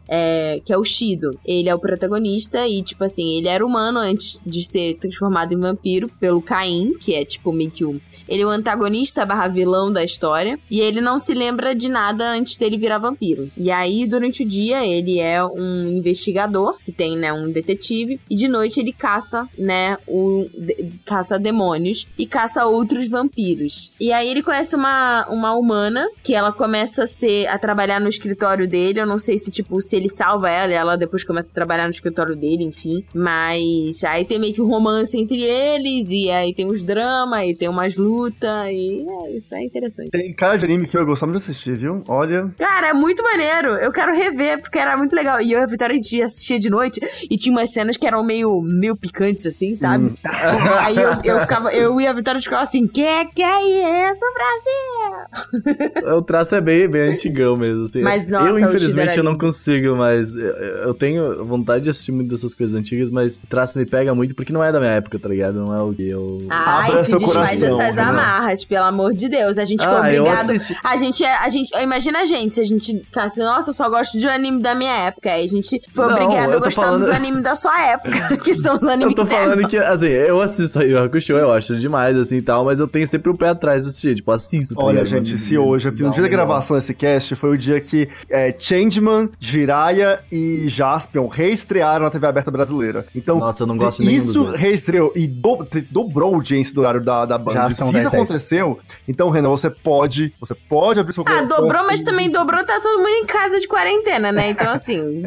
é, que é o Shido. Ele é o protagonista e, tipo assim, ele era humano antes de ser transformado em vampiro pelo Caim, que é, tipo, meio que o... Ele é o antagonista barra vilão da história. E ele não se lembra de nada antes dele virar vampiro. E aí, durante o dia, ele é um investigador, que tem, né, um detetive. E de noite ele caça, né, o... De, caça demônios e caça outros vampiros. E aí ele conhece uma, uma humana, que ela começa a ser... a trabalhar no escritório dele. Eu não sei se, tipo, se ele salva ela e ela depois começa a trabalhar no escritório dele, enfim. Mas aí tem meio que um romance entre eles, e aí tem uns dramas, e tem umas lutas, e é, isso é interessante.
Tem cara de anime que eu gostava de assistir, viu? Olha...
Cara, é muito maneiro. Eu quero rever, porque era muito legal. E eu e a Vitória, a gente assistia de noite, e tinha umas cenas que eram meio, meio picantes, assim, sabe? Hum. Aí eu, eu ficava, eu e a Vitória ficava assim, que que é isso, Brasil?
O traço é bem, bem antigão mesmo, assim.
Mas, nossa,
eu, infelizmente, eu não consigo, mas eu, eu tenho vontade de assistir muito dessas coisas antigas, mas o traço me pega muito, porque não é da minha época, tá ligado? Não é o que eu...
Ah, e se desfaz essas né? amarras, pelo amor de Deus. A gente ah, foi obrigado... A gente, a gente... Imagina a gente, se a gente ficasse, nossa, eu só gosto de anime da minha época. Aí a gente foi não, obrigado a gostar falando... dos animes da sua época, que são os animes
Eu tô falando que, assim, eu assisto aí o Hakusho, eu acho demais, assim, e tal, mas eu tenho sempre o pé atrás do assistir, tipo, assisto. Tá
Olha, gente, se hoje, porque no dia da gravação desse cast, foi o dia que é, Changeman, Jiraiya e Jaspion reestrearam na T V aberta brasileira. Então,
nossa, eu não gosto
se isso reestreou e do, dobrou a audiência do horário da, da banda, se isso aconteceu, então, Renan, você pode, você pode abrir seu
Ah, dobrou, mas também dobrou, tá todo mundo em casa de quarentena, né? Então, assim...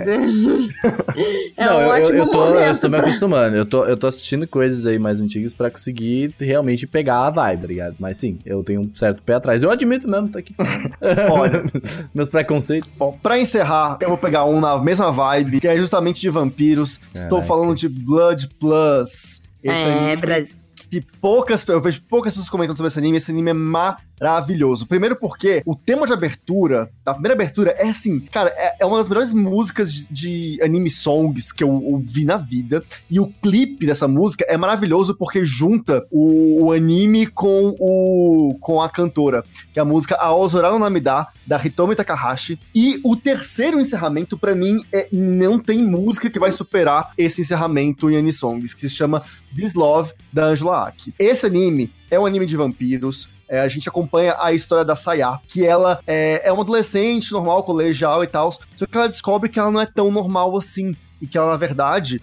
é
não,
um
eu,
ótimo
eu, eu tô,
momento.
Eu tô me
pra...
acostumando, eu tô, eu tô assistindo coisas aí mais antigas pra conseguir realmente pegar a vibe, tá ligado? Mas sim, eu tenho um certo pé atrás. Eu admito mesmo, tá aqui.
Olha,
meus preconceitos.
Bom, pra encerrar, eu vou pegar um na mesma vibe, que é justamente de vampiros. Caraca. Estou falando de Blood Plus.
Esse é, Brasil.
Que poucas, eu vejo poucas pessoas comentando sobre esse anime. Esse anime é maravilhoso. Primeiro porque o tema de abertura, a primeira abertura é assim, cara, é, é uma das melhores músicas de, de anime songs que eu ouvi na vida. E o clipe dessa música é maravilhoso porque junta o, o anime com, o, com a cantora, que é a música Aozora no Namida, da Hitomi Takahashi. E o terceiro encerramento, pra mim, é, não tem música que vai superar esse encerramento em Anisongs, que se chama This Love, da Angela Aki. Esse anime é um anime de vampiros. É, a gente acompanha a história da Saya, que ela é, é uma adolescente normal, colegial e tal, só que ela descobre que ela não é tão normal assim. E que ela, na verdade,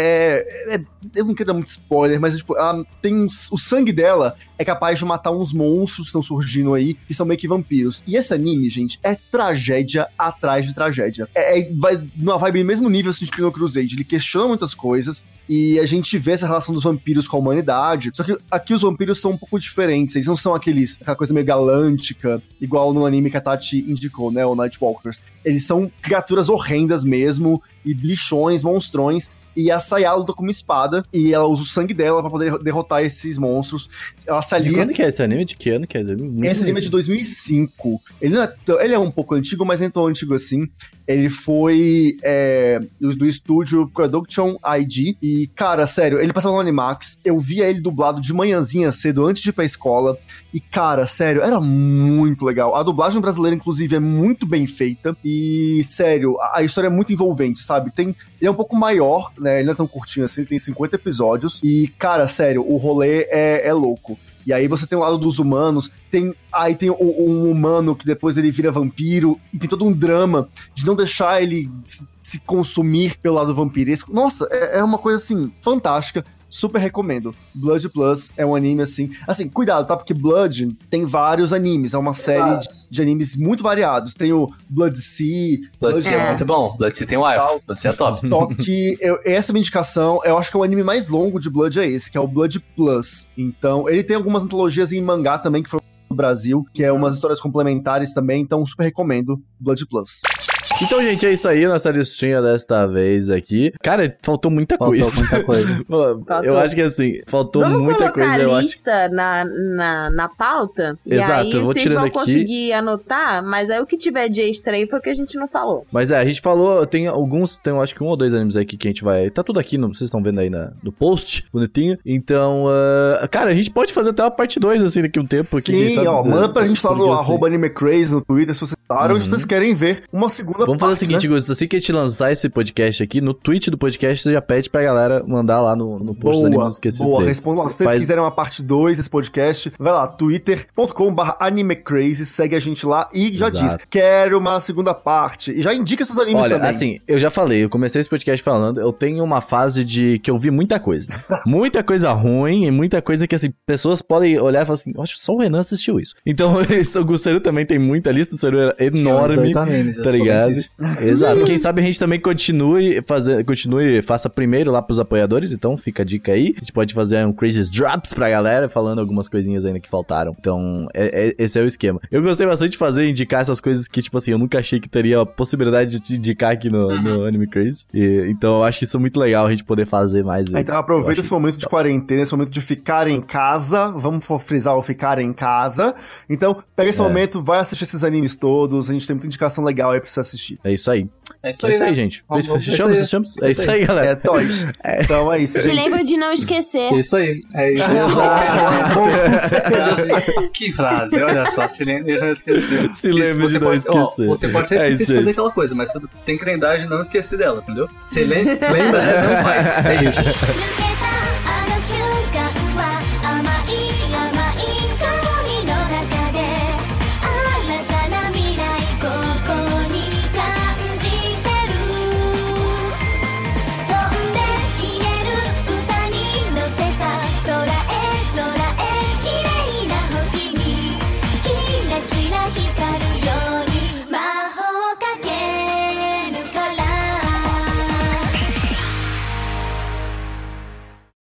é... é eu não quero dar muito spoiler, mas tipo, ela tem um, o sangue dela é capaz de matar uns monstros que estão surgindo aí, que são meio que vampiros. E esse anime, gente, é tragédia atrás de tragédia. É, é vai numa vibe mesmo nível assim, de Chrono Crusade. Ele questiona muitas coisas e a gente vê essa relação dos vampiros com a humanidade. Só que aqui os vampiros são um pouco diferentes. Eles não são aqueles, aquela coisa meio galântica, igual no anime que a Tati indicou, né? O Nightwalkers. Eles são criaturas horrendas mesmo, e bichões, monstrões. E a Saya luta com uma espada e ela usa o sangue dela pra poder derrotar esses monstros. Ela se alia...
De quando que é esse anime? De que ano que é esse anime? Muito
esse anime é de dois mil e cinco. Ele, não é tão... ele é um pouco antigo, mas nem tão antigo assim. Ele foi é, do estúdio Production I D. E, cara, sério, ele passava no Animax. Eu via ele dublado de manhãzinha cedo, antes de ir pra escola. E, cara, sério, era muito legal. A dublagem brasileira, inclusive, é muito bem feita. E, sério, a, a história é muito envolvente, sabe? Tem, ele é um pouco maior, né? Ele não é tão curtinho assim, ele tem cinquenta episódios. E, cara, sério, o rolê é, é louco. E aí você tem o lado dos humanos, tem, aí tem um, um humano que depois ele vira vampiro, e tem todo um drama de não deixar ele se, se consumir pelo lado vampiresco. Nossa, é, é uma coisa, assim, fantástica. Super recomendo. Blood Plus é um anime assim... Assim, cuidado, tá? Porque Blood tem vários animes. É uma série de, de animes muito variados. Tem o Blood Sea...
Blood, Blood Sea é muito bom. Blood Sea tem o wife. Blood Sea é top.
Só que eu, essa é a minha indicação. Eu acho que o anime mais longo de Blood é esse, que é o Blood Plus. Então, ele tem algumas antologias em mangá também, que foram no Brasil, que é umas histórias complementares também. Então, super recomendo Blood Plus.
Então, gente, é isso aí, nossa listinha desta vez aqui. Cara, faltou muita
faltou
coisa.
Muita coisa.
Faltou. Eu acho que assim, faltou
Vamos
muita coisa.
Vamos
colocar
a lista
acho...
na, na, na pauta.
Exato,
e aí
eu vou
vocês vão
aqui.
conseguir anotar, mas aí o que tiver de extra aí foi o que a gente não falou.
Mas é, a gente falou, tem alguns, tem eu acho que um ou dois animes aqui que a gente vai... Tá tudo aqui, no, vocês estão vendo aí na, no post, bonitinho. Então, uh, cara, a gente pode fazer até uma parte dois, assim, daqui a um tempo.
Sim,
aqui, sabe,
ó, manda pra gente lá no
assim.
arroba AnimeCraze no Twitter, se vocês gostaram, uhum. se vocês querem ver uma segunda segunda
Vamos fazer o seguinte, né? Gusto, assim que a gente lançar esse podcast aqui, no tweet do podcast você já pede pra galera mandar lá no, no post
boa,
do Anime Esquecido.
Boa, responda lá. Se vocês Faz... quiserem uma parte dois desse podcast, vai lá, twitter ponto com barra animecrazy, segue a gente lá e já Exato. diz, quero uma segunda parte. E já indica seus animes
Olha,
também.
Olha, assim, eu já falei, eu comecei esse podcast falando, eu tenho uma fase de que eu vi muita coisa. Muita coisa ruim e muita coisa que, assim, pessoas podem olhar e falar assim, acho que só o Renan assistiu isso. Então, o Gusseru também tem muita lista, o Gusseru é enorme, animes, tá ligado? Exato. Quem sabe a gente também continue, fazer, continue, faça primeiro lá pros apoiadores, então fica a dica aí. A gente pode fazer um Crazy Drops pra galera, falando algumas coisinhas ainda que faltaram. Então, é, é, esse é o esquema. Eu gostei bastante de fazer, indicar essas coisas que, tipo assim, eu nunca achei que teria a possibilidade de te indicar aqui no, uhum. no Anime Crazy. E, então, eu acho que isso é muito legal a gente poder fazer mais vezes.
Então, aproveita esse momento de quarentena, esse momento de ficar em casa. Vamos frisar o ficar em casa. Então, pega esse é. momento, vai assistir esses animes todos. A gente tem muita indicação legal aí pra você assistir.
É isso aí.
É isso aí, é isso
aí
né?
gente. Vamos, vamos, fechamos, é fechamos? É, é isso aí, galera.
É toys. É. Então é isso.
Se lembra de não esquecer.
Isso aí. É isso. Que frase, olha só. Se lembra de não esquecer.
Se lembra de não
pode,
esquecer.
Ó, você pode ter esquecido é de fazer aquela coisa, mas você tem que lembrar de não esquecer dela, entendeu? Você lembra, né? Não faz. É isso.